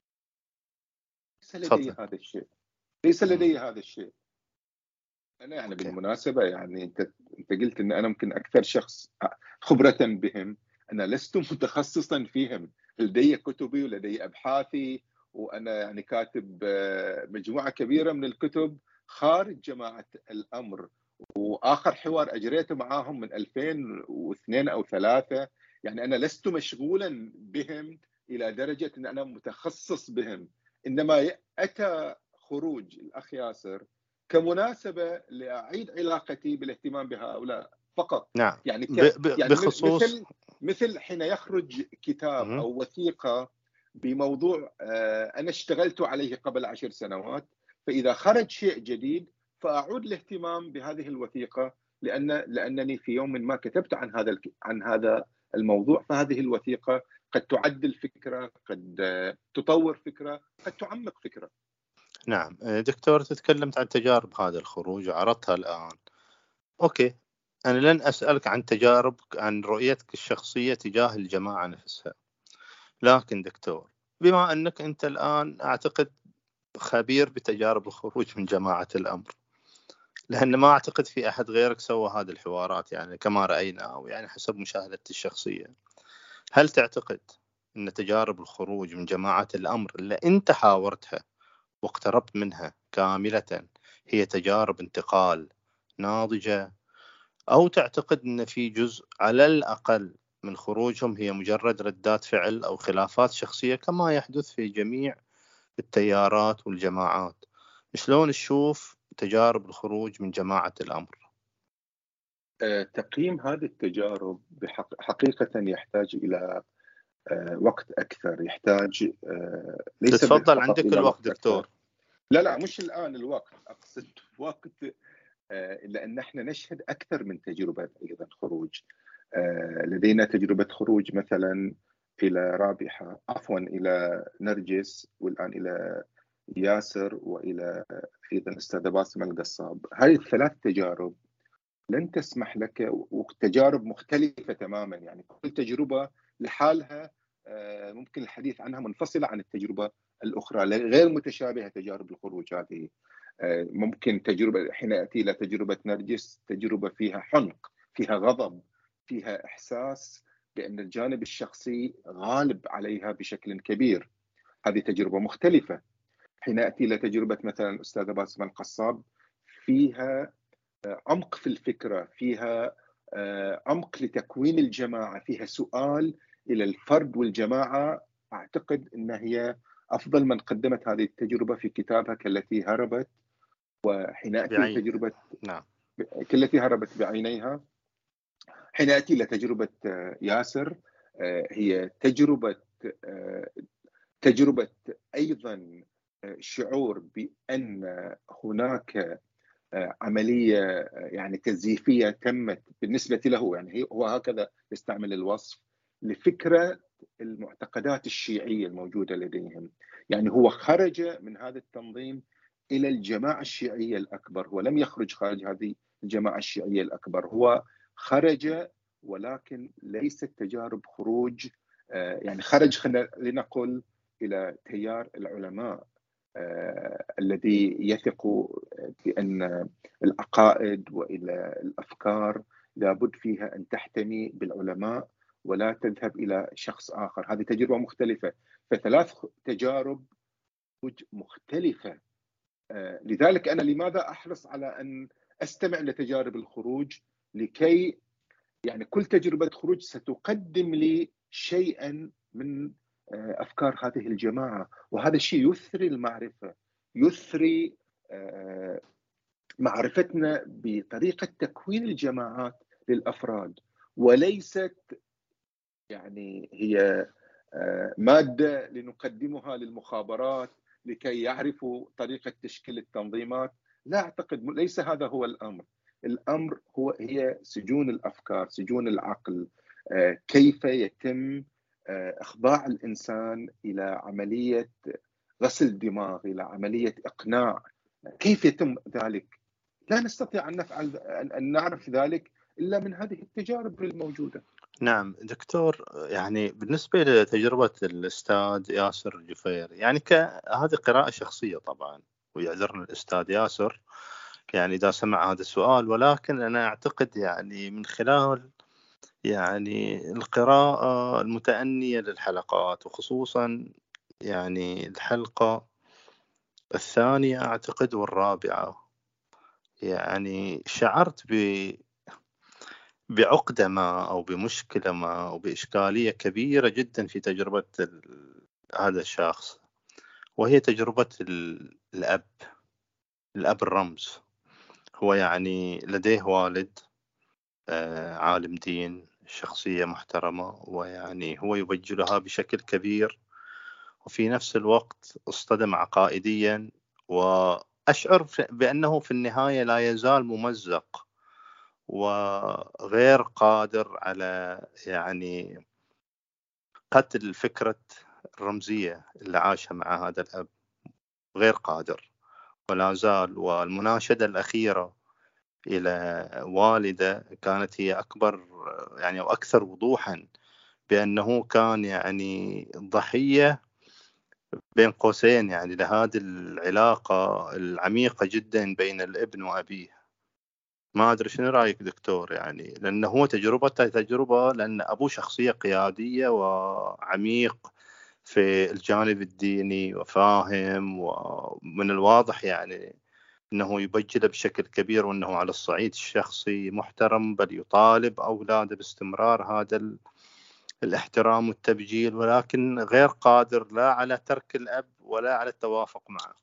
ليس لدي هذا الشيء، ليس لدي هذا الشيء. أنا يعني بالمناسبة، يعني أنت قلت أن أنا ممكن أكثر شخص خبرة بهم. أنا لست متخصصا فيهم، لدي كتبي ولدي أبحاثي، وأنا يعني كاتب مجموعة كبيرة من الكتب خارج جماعة الأمر، وآخر حوار أجريته معاهم من 2002 أو 3. يعني أنا لست مشغولا بهم إلى درجة أن أنا متخصص بهم، إنما أتى خروج الأخ ياسر كمناسبة لأعيد علاقتي بالاهتمام بهؤلاء فقط. نعم. يعني بخصوص مثل حين يخرج كتاب أو وثيقة بموضوع أنا اشتغلت عليه قبل 10 سنوات، فإذا خرج شيء جديد فأعود الاهتمام بهذه الوثيقة، لأنني في يوم ما كتبت عن هذا الموضوع، فهذه الوثيقة قد تعدل فكرة، قد تطور فكرة، قد تعمق فكرة. نعم دكتور، تتكلمت عن تجارب هذا الخروج وعرضتها الآن. أوكي، أنا لن أسألك عن تجاربك، عن رؤيتك الشخصية تجاه الجماعة نفسها، لكن دكتور، بما أنك أنت الآن أعتقد خبير بتجارب الخروج من جماعة الأمر، لأن ما أعتقد في أحد غيرك سوى هذه الحوارات يعني كما رأينا، أو يعني حسب مشاهدتي الشخصية. هل تعتقد أن تجارب الخروج من جماعة الأمر اللي أنت حاورتها واقتربت منها كاملة هي تجارب انتقال ناضجة، أو تعتقد أن في جزء على الأقل من خروجهم هي مجرد ردات فعل أو خلافات شخصية كما يحدث في جميع التيارات والجماعات؟ شلون تشوف تجارب الخروج من جماعة الأمر؟ تقييم هذه التجارب حقيقة يحتاج إلى وقت أكثر، يحتاج ليس تتفضل، فقط عندك إلى الوقت وقت دكتور. أكثر. لا مش الآن الوقت، أقصد وقت، لأن احنا نشهد أكثر من تجربة أيضا خروج. لدينا تجربة خروج مثلا إلى رابحة، عفوا إلى نرجس، والآن إلى ياسر، وإلى أيضا أستاذة باسمة القصاب. هذه الثلاث تجارب لن تسمح لك، وتجارب مختلفة تماما، يعني كل تجربة لحالها ممكن الحديث عنها منفصلة عن التجربة الأخرى، غير متشابهة تجارب الخروج هذه. ممكن تجربة حين أتي إلى تجربة نرجس، تجربة فيها حنق، فيها غضب، فيها إحساس بأن الجانب الشخصي غالب عليها بشكل كبير. هذه تجربة مختلفة. حين أتي إلى تجربة مثلا أستاذة باسمة القصاب، فيها عمق في الفكرة، فيها عمق لتكوين الجماعة، فيها سؤال إلى الفرد والجماعة. أعتقد أنها هي أفضل من قدمت هذه التجربة في كتابها كالتي هربت. وحين أتي لتجربة كالتي هربت بعينيها، حين أتي لتجربة ياسر، هي تجربة أيضا شعور بأن هناك عملية يعني تزييفية تمت بالنسبة له، يعني هو هكذا يستعمل الوصف لفكرة المعتقدات الشيعية الموجودة لديهم. يعني هو خرج من هذا التنظيم إلى الجماعة الشيعية الأكبر، هو لم يخرج خارج هذه الجماعة الشيعية الأكبر، هو خرج ولكن ليست تجارب خروج، يعني خرج لنقل إلى تيار العلماء الذي يثق بأن العقائد وإلى الأفكار لابد فيها أن تحتمي بالعلماء ولا تذهب إلى شخص آخر. هذه تجربة مختلفة، فثلاث تجارب مختلفة. لذلك أنا لماذا أحرص على أن أستمع لتجارب الخروج؟ لكي يعني كل تجربة خروج ستقدم لي شيئا من أفكار هذه الجماعة، وهذا الشيء يثري المعرفة، يثري معرفتنا بطريقة تكوين الجماعات للأفراد، وليست يعني هي مادة لنقدمها للمخابرات لكي يعرفوا طريقة تشكيل التنظيمات. لا أعتقد، ليس هذا هو الأمر. الأمر هي سجون الأفكار، سجون العقل، كيف يتم إخضاع الإنسان إلى عملية غسل دماغ، إلى عملية إقناع. كيف يتم ذلك؟ لا نستطيع أن نفعل أن نعرف ذلك إلا من هذه التجارب الموجودة. نعم دكتور، يعني بالنسبة لتجربة الأستاذ ياسر الجفير، يعني هذه قراءة شخصية طبعا، ويعذرنا الأستاذ ياسر يعني إذا سمع هذا السؤال، ولكن أنا أعتقد يعني من خلال يعني القراءة المتأنية للحلقات، وخصوصا يعني الحلقة الثانية أعتقد والرابعة، يعني شعرت بعقدة ما أو بمشكلة ما أو بإشكالية كبيرة جدا في تجربة هذا الشخص، وهي تجربة الأب الرمز. هو يعني لديه والد عالم دين، شخصية محترمة، ويعني هو يبجلها بشكل كبير، وفي نفس الوقت اصطدم عقائديا، وأشعر بأنه في النهاية لا يزال ممزق وغير قادر على يعني قتل فكرة الرمزية اللي عاشها مع هذا الأب، غير قادر ولا زال. والمناشدة الأخيرة إلى والده كانت هي أكبر يعني أو أكثر وضوحا بأنه كان يعني ضحية بين قوسين يعني لهذه العلاقة العميقة جدا بين الابن وأبيه. ما أدري شنو رأيك دكتور، يعني لأنه هو تجربته تجربة، لأن أبوه شخصية قيادية وعميق في الجانب الديني وفاهم، ومن الواضح يعني أنه يبجله بشكل كبير، وأنه على الصعيد الشخصي محترم، بل يطالب أولاده باستمرار هذا الاحترام والتبجيل، ولكن غير قادر لا على ترك الأب ولا على التوافق معه.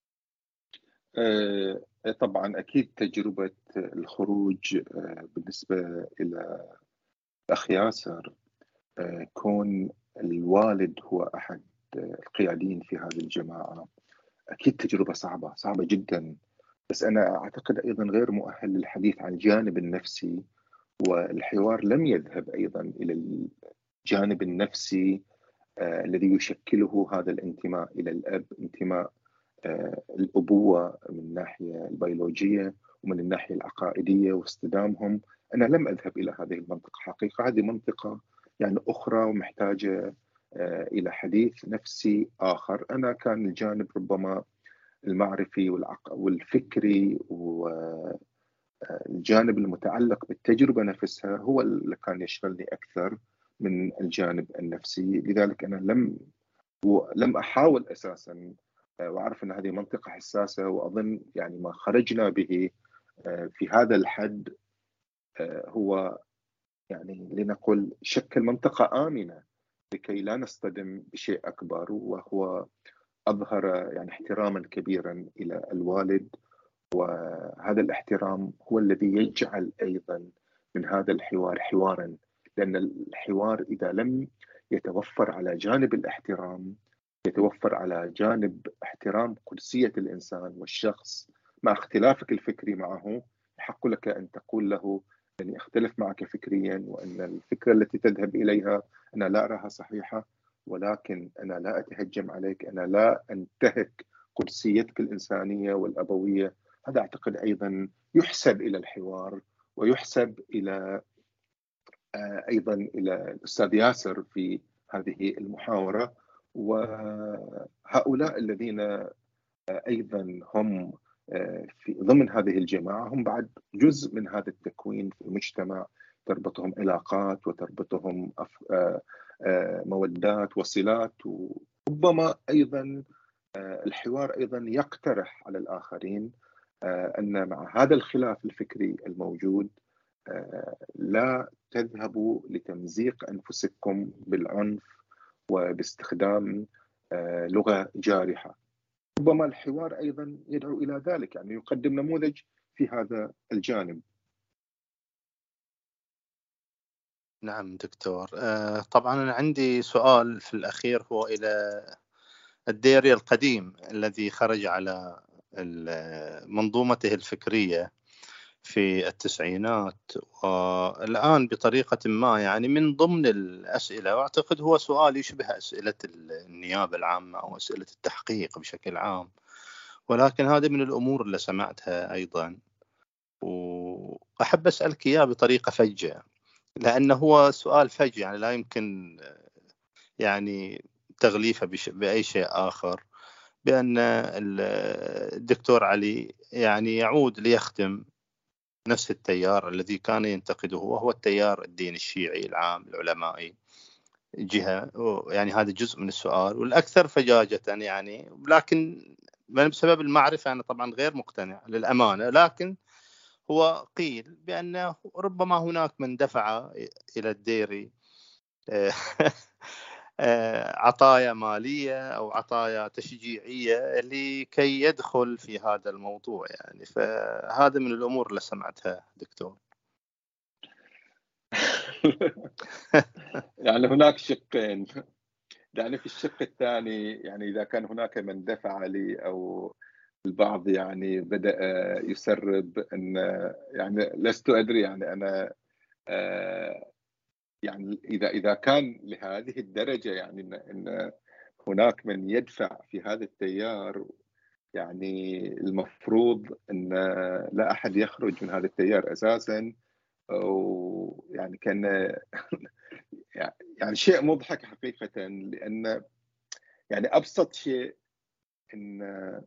طبعا أكيد تجربة الخروج بالنسبة إلى الأخ ياسر، كون الوالد هو أحد القياديين في هذه الجماعة، أكيد تجربة صعبة جدا. بس أنا أعتقد أيضا غير مؤهل للحديث عن الجانب النفسي، والحوار لم يذهب أيضا إلى الجانب النفسي الذي يشكله هذا الانتماء إلى الأب، انتماء الأبوة من الناحية البيولوجية ومن الناحية العقائدية واصطدامهم. أنا لم أذهب إلى هذه المنطقة حقيقة، هذه منطقة يعني أخرى ومحتاجة إلى حديث نفسي آخر. أنا كان الجانب ربما المعرفي والفكري والجانب المتعلق بالتجربة نفسها هو اللي كان يشغلني أكثر من الجانب النفسي. لذلك أنا لم أحاول أساسا، وأعرف أن هذه منطقة حساسة، وأظن يعني ما خرجنا به في هذا الحد هو يعني لنقل شكل منطقة آمنة لكي لا نصطدم بشيء أكبر، وهو أظهر يعني احتراما كبيرا إلى الوالد، وهذا الاحترام هو الذي يجعل أيضا من هذا الحوار حوارا. لأن الحوار إذا لم يتوفر على جانب الاحترام يتوفر على جانب احترام قدسية الإنسان والشخص مع اختلافك الفكري معه، يحق لك أن تقول له أني أختلف معك فكريا، وأن الفكرة التي تذهب إليها أنا لا أراها صحيحة، ولكن أنا لا أتهجم عليك، أنا لا أنتهك قدسيتك الإنسانية والأبوية. هذا أعتقد أيضا يحسب إلى الحوار، ويحسب إلى أيضا إلى الأستاذ ياسر في هذه المحاورة. وهؤلاء الذين أيضا هم في ضمن هذه الجماعة هم بعد جزء من هذا التكوين في المجتمع، تربطهم علاقات وتربطهم مودات وصلات. وربما أيضا الحوار أيضا يقترح على الآخرين أن مع هذا الخلاف الفكري الموجود لا تذهبوا لتمزيق أنفسكم بالعنف وباستخدام لغة جارحة. ربما الحوار أيضا يدعو إلى ذلك، يعني يقدم نموذج في هذا الجانب. نعم دكتور. طبعا أنا عندي سؤال في الأخير، هو إلى الديري القديم الذي خرج على منظومته الفكرية في التسعينات، والآن بطريقة ما يعني من ضمن الأسئلة، وأعتقد هو سؤال يشبه أسئلة النيابة العامة أو أسئلة التحقيق بشكل عام، ولكن هذا من الأمور اللي سمعتها أيضا، وأحب أسألك إياه بطريقة فجة، لأنه هو سؤال فج، يعني لا يمكن يعني تغليفه بأي شيء آخر، بأن الدكتور علي يعني يعود ليخدم نفس التيار الذي كان ينتقده، وهو التيار الدين الشيعي العام العلمائي جهة. يعني هذا جزء من السؤال والأكثر فجاجة، يعني لكن بسبب المعرفة أنا طبعا غير مقتنع للأمانة، لكن هو قيل بأنه ربما هناك من دفع إلى الديري عطايا مالية أو عطايا تشجيعية لكي يدخل في هذا الموضوع، يعني فهذا من الأمور اللي سمعتها دكتور. يعني هناك شقين، يعني في الشق الثاني يعني إذا كان هناك من دفع لي أو البعض يعني بدأ يسرب أن يعني لست أدري، يعني أنا يعني إذا كان لهذه الدرجة، يعني إن هناك من يدفع في هذا التيار، يعني المفروض أن لا أحد يخرج من هذا التيار أساسا. ويعني كان يعني شيء مضحك حقيقة، لأن يعني أبسط شيء أن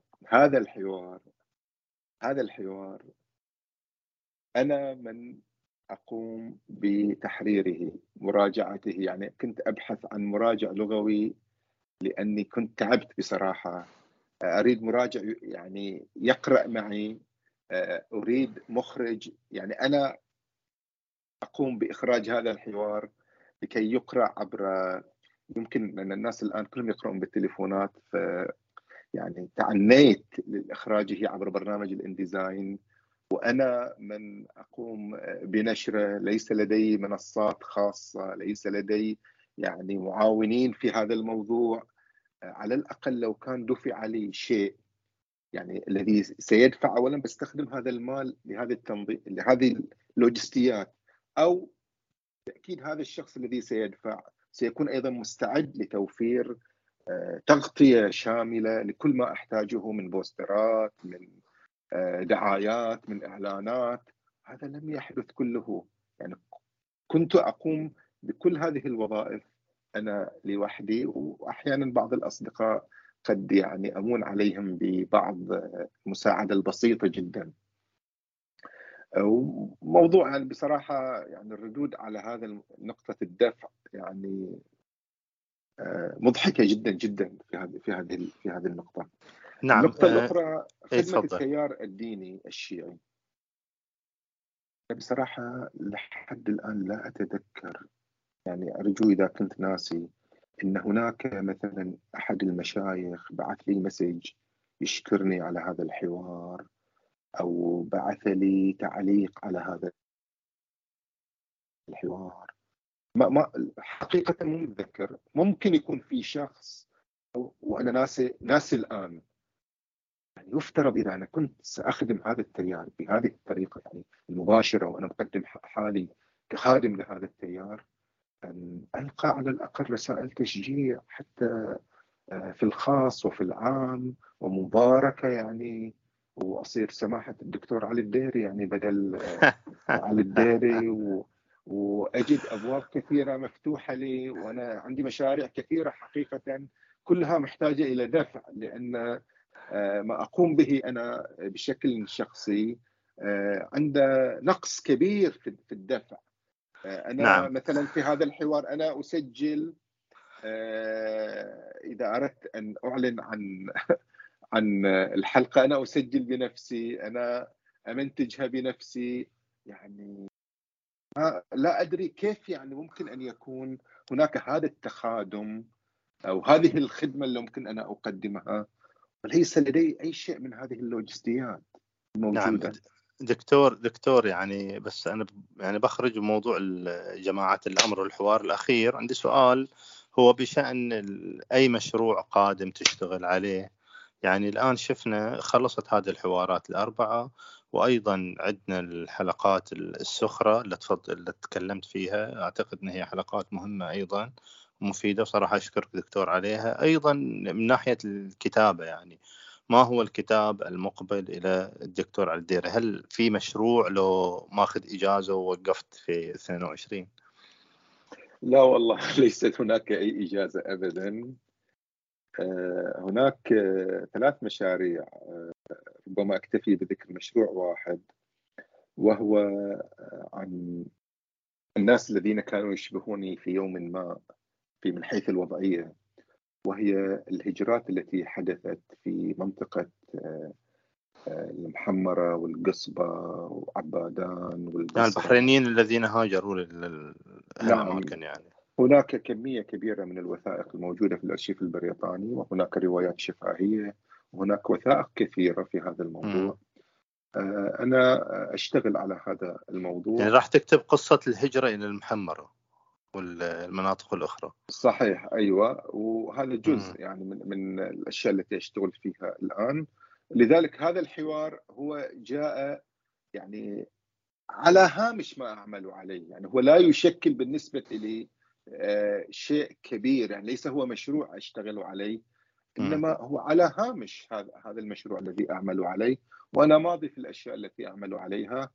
هذا الحوار أنا من أقوم بتحريره مراجعته. يعني كنت أبحث عن مراجع لغوي لأني كنت تعبت بصراحة، أريد مراجع يعني يقرأ معي، أريد مخرج، يعني أنا أقوم بإخراج هذا الحوار لكي يقرأ عبر، يمكن أن الناس الآن كلهم يقرؤون بالتليفونات، يعني تعنيت لإخراجه عبر برنامج الانديزاين، وأنا من أقوم بنشره. ليس لدي منصات خاصة، ليس لدي يعني معاونين في هذا الموضوع. على الأقل لو كان دفع لي شيء، يعني الذي سيدفع أولا بستخدم هذا المال لهذه التنظيم، لهذه اللوجستيات، أو تأكيد هذا الشخص الذي سيدفع سيكون أيضا مستعد لتوفير تغطية شاملة لكل ما أحتاجه من بوسترات، من دعايات، من إعلانات. هذا لم يحدث كله. يعني كنت أقوم بكل هذه الوظائف أنا لوحدي، وأحيانا بعض الأصدقاء قد يعني أمون عليهم ببعض المساعدة البسيطة جدا. وموضوع يعني بصراحة يعني الردود على هذا نقطة الدفع يعني مضحكة جدا جدا في هذه النقطة. نعم. النقطة الأخرى خدمة تفضل. التيار الديني الشيعي. بصراحة لحد الآن لا أتذكر، يعني أرجو إذا كنت ناسي، إن هناك مثلا أحد المشايخ بعث لي مسج يشكرني على هذا الحوار، أو بعث لي تعليق على هذا الحوار. ما حقيقة مو متذكر. ممكن يكون في شخص وأنا ناسي الآن. يعني يفترض إذا أنا كنت سأخدم هذا التيار بهذه الطريقة يعني المباشرة، وأنا مقدم حالي كخادم لهذا التيار، أن ألقى على الأقل رسائل تشجيع حتى في الخاص وفي العام ومباركة يعني، وأصير سماحة الدكتور علي الديري يعني بدل علي الديري، وأجد أبواب كثيرة مفتوحة لي، وأنا عندي مشاريع كثيرة حقيقة كلها محتاجة إلى دفع، لأن ما أقوم به أنا بشكل شخصي عنده نقص كبير في الدفع. أنا نعم. مثلا في هذا الحوار أنا أسجل، إذا أردت أن أعلن عن الحلقة أنا أسجل بنفسي، أنا أمنتجها بنفسي. يعني لا أدري كيف يعني ممكن أن يكون هناك هذا التخادم أو هذه الخدمة اللي ممكن أنا أقدمها وليس لدي أي شيء من هذه اللوجستيات نعم الموجودة. دكتور يعني بس أنا يعني بخرج بموضوع جماعة الأمر والحوار الأخير. عندي سؤال هو بشأن أي مشروع قادم تشتغل عليه. يعني الآن شفنا خلصت هذه الحوارات الأربعة، وأيضا عندنا الحلقات السخرة اللي تكلمت فيها. أعتقد أن هي حلقات مهمة أيضا مفيدة، وصراحة أشكرك دكتور عليها. أيضا من ناحية الكتابة، يعني ما هو الكتاب المقبل إلى الدكتور علي الديري؟ هل في مشروع لو ماخذ إجازة ووقفت في 22؟ لا والله ليست هناك أي إجازة أبدا. هناك 3 مشاريع، ربما أكتفي بذكر مشروع واحد، وهو عن الناس الذين كانوا يشبهوني في يوم ما من حيث الوضعية، وهي الهجرات التي حدثت في منطقة المحمرة والقصبة وعبادان يعني والبصرة. البحرينيين الذين هاجروا نعم، هالأماكن يعني. هناك كمية كبيرة من الوثائق الموجودة في الأرشيف البريطاني، وهناك روايات شفاهية، وهناك وثائق كثيرة في هذا الموضوع. أنا أشتغل على هذا يعني الموضوع. راح تكتب قصة الهجرة إلى المحمرة والمناطق الأخرى. صحيح، أيوة، وهذا مم. جزء يعني من الأشياء التي أشتغل فيها الآن. لذلك هذا الحوار هو جاء يعني على هامش ما أعمل عليه، يعني هو لا يشكل بالنسبة لي شيء كبير، يعني ليس هو مشروع أشتغل عليه، مم. إنما هو على هامش هذا المشروع الذي أعمل عليه، وأنا ماضي في الأشياء التي أعمل عليها.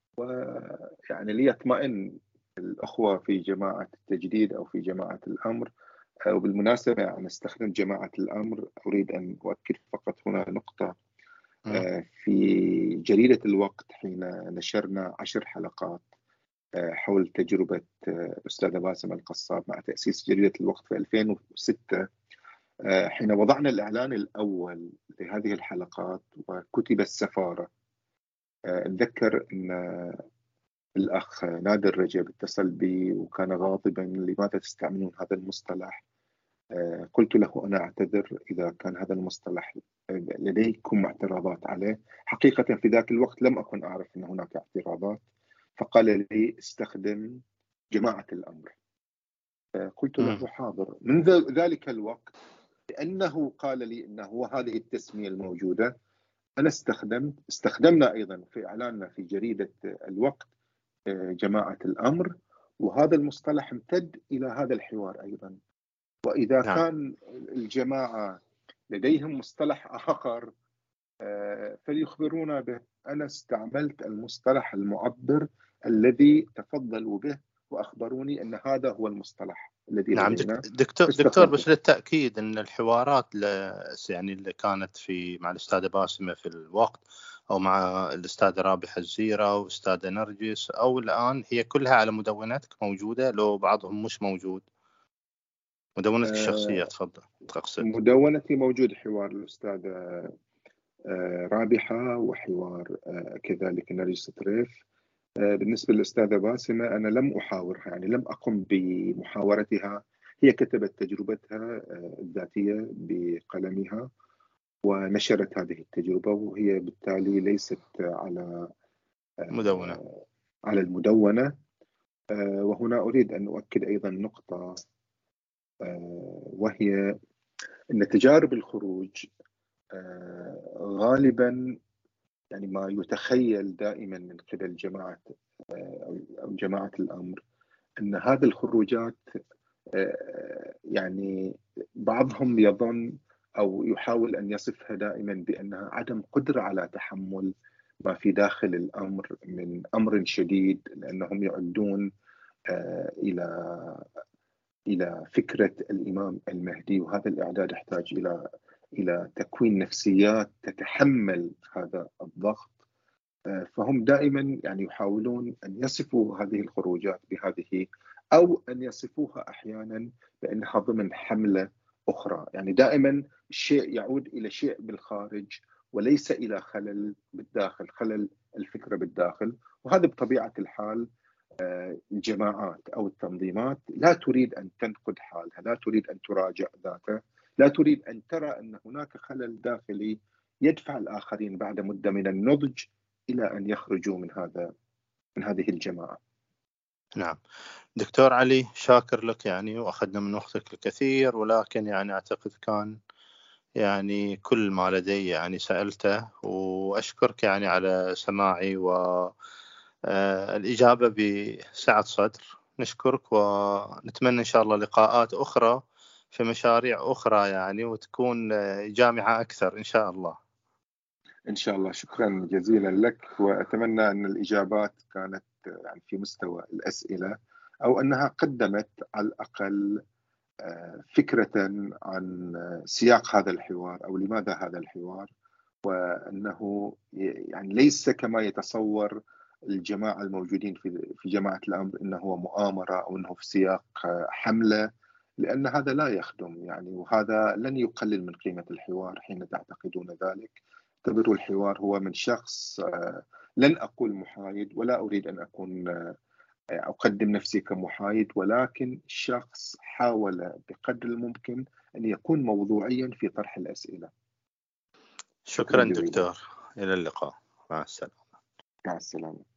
ويعني ليطمئن الأخوة في جماعة التجديد أو في جماعة الأمر. وبالمناسبة أنا أستخدم جماعة الأمر، أريد أن أؤكد فقط هنا نقطة. مم. في جريدة الوقت حين نشرنا 10 حلقات حول تجربة أستاذة باسم القصاب مع تأسيس جريدة الوقت في 2006، حين وضعنا الإعلان الأول لهذه الحلقات وكتب السفارة، أتذكر أن الأخ نادر رجب اتصل بي وكان غاضبا: لماذا تستعملون هذا المصطلح؟ قلت له أنا أعتذر إذا كان هذا المصطلح لديكم اعتراضات عليه. حقيقة في ذاك الوقت لم أكن أعرف أن هناك اعتراضات، فقال لي استخدم جماعة الأمر. قلت مم. له حاضر. من ذلك الوقت، لأنه قال لي أنه هذه التسمية الموجودة، أنا استخدمنا أيضا في إعلاننا في جريدة الوقت جماعة الأمر، وهذا المصطلح امتد إلى هذا الحوار أيضا. وإذا نعم. كان الجماعة لديهم مصطلح آخر فليخبرونا به. أنا استعملت المصطلح المعبر الذي تفضلوا به وأخبروني أن هذا هو المصطلح الذي نعم لدينا، دكتور فاستخدمته. بس للتأكيد أن الحوارات يعني اللي كانت مع الأستاذة باسمة في الوقت، أو مع الأستاذة رابحة الزيرة وأستاذة نرجس، أو الآن هي كلها على مدونتك موجودة لو بعضهم مش موجود؟ مدونتك الشخصية تفضل تقصد. مدونتي موجود حوار الأستاذة رابحة، وحوار كذلك نرجس طريف. بالنسبة للأستاذة باسمة أنا لم أحاورها، يعني لم أقم بمحاورتها. هي كتبت تجربتها الذاتية بقلمها ونشرت هذه التجربة، وهي بالتالي ليست مدونة. على المدونة. وهنا أريد أن أؤكد أيضا نقطة، وهي أن تجارب الخروج غالبا يعني ما يتخيل دائما من قبل جماعة أو جماعة الأمر أن هذه الخروجات يعني بعضهم يظن أو يحاول أن يصفها دائما بأنها عدم قدرة على تحمل ما في داخل الأمر من أمر شديد، لأنهم يعدون إلى فكرة الإمام المهدي، وهذا الإعداد يحتاج إلى تكوين نفسيات تتحمل هذا الضغط. فهم دائما يعني يحاولون أن يصفوا هذه الخروجات بهذه، أو أن يصفوها أحيانا بأنها ضمن حملة أخرى. يعني دائما الشيء يعود إلى شيء بالخارج وليس إلى خلل بالداخل، خلل الفكرة بالداخل. وهذا بطبيعة الحال الجماعات أو التنظيمات لا تريد أن تنقد حالها، لا تريد أن تراجع ذاتها، لا تريد أن ترى أن هناك خلل داخلي يدفع الآخرين بعد مدة من النضج إلى أن يخرجوا من هذه الجماعة. نعم دكتور علي، شاكر لك يعني، وأخذنا من وقتك الكثير، ولكن يعني أعتقد كان يعني كل ما لدي يعني سألته، وأشكرك يعني على سماعي والإجابة بسعة صدر. نشكرك ونتمنى إن شاء الله لقاءات أخرى في مشاريع أخرى يعني، وتكون جامعة أكثر إن شاء الله. إن شاء الله. شكرا جزيلا لك، وأتمنى أن الإجابات كانت يعني في مستوى الأسئلة، أو أنها قدمت على الأقل فكرة عن سياق هذا الحوار أو لماذا هذا الحوار، وأنه يعني ليس كما يتصور الجماعة الموجودين في جماعة الأمر أنه هو مؤامرة أو أنه في سياق حملة، لأن هذا لا يخدم يعني، وهذا لن يقلل من قيمة الحوار حين تعتقدون ذلك. اعتبروا الحوار هو من شخص، لن أقول محايد ولا أريد أن أكون أقدم نفسي كمحايد، ولكن شخص حاول بقدر الممكن أن يكون موضوعيا في طرح الأسئلة. شكرا دكتور، إلى اللقاء، مع السلامة. مع السلامة.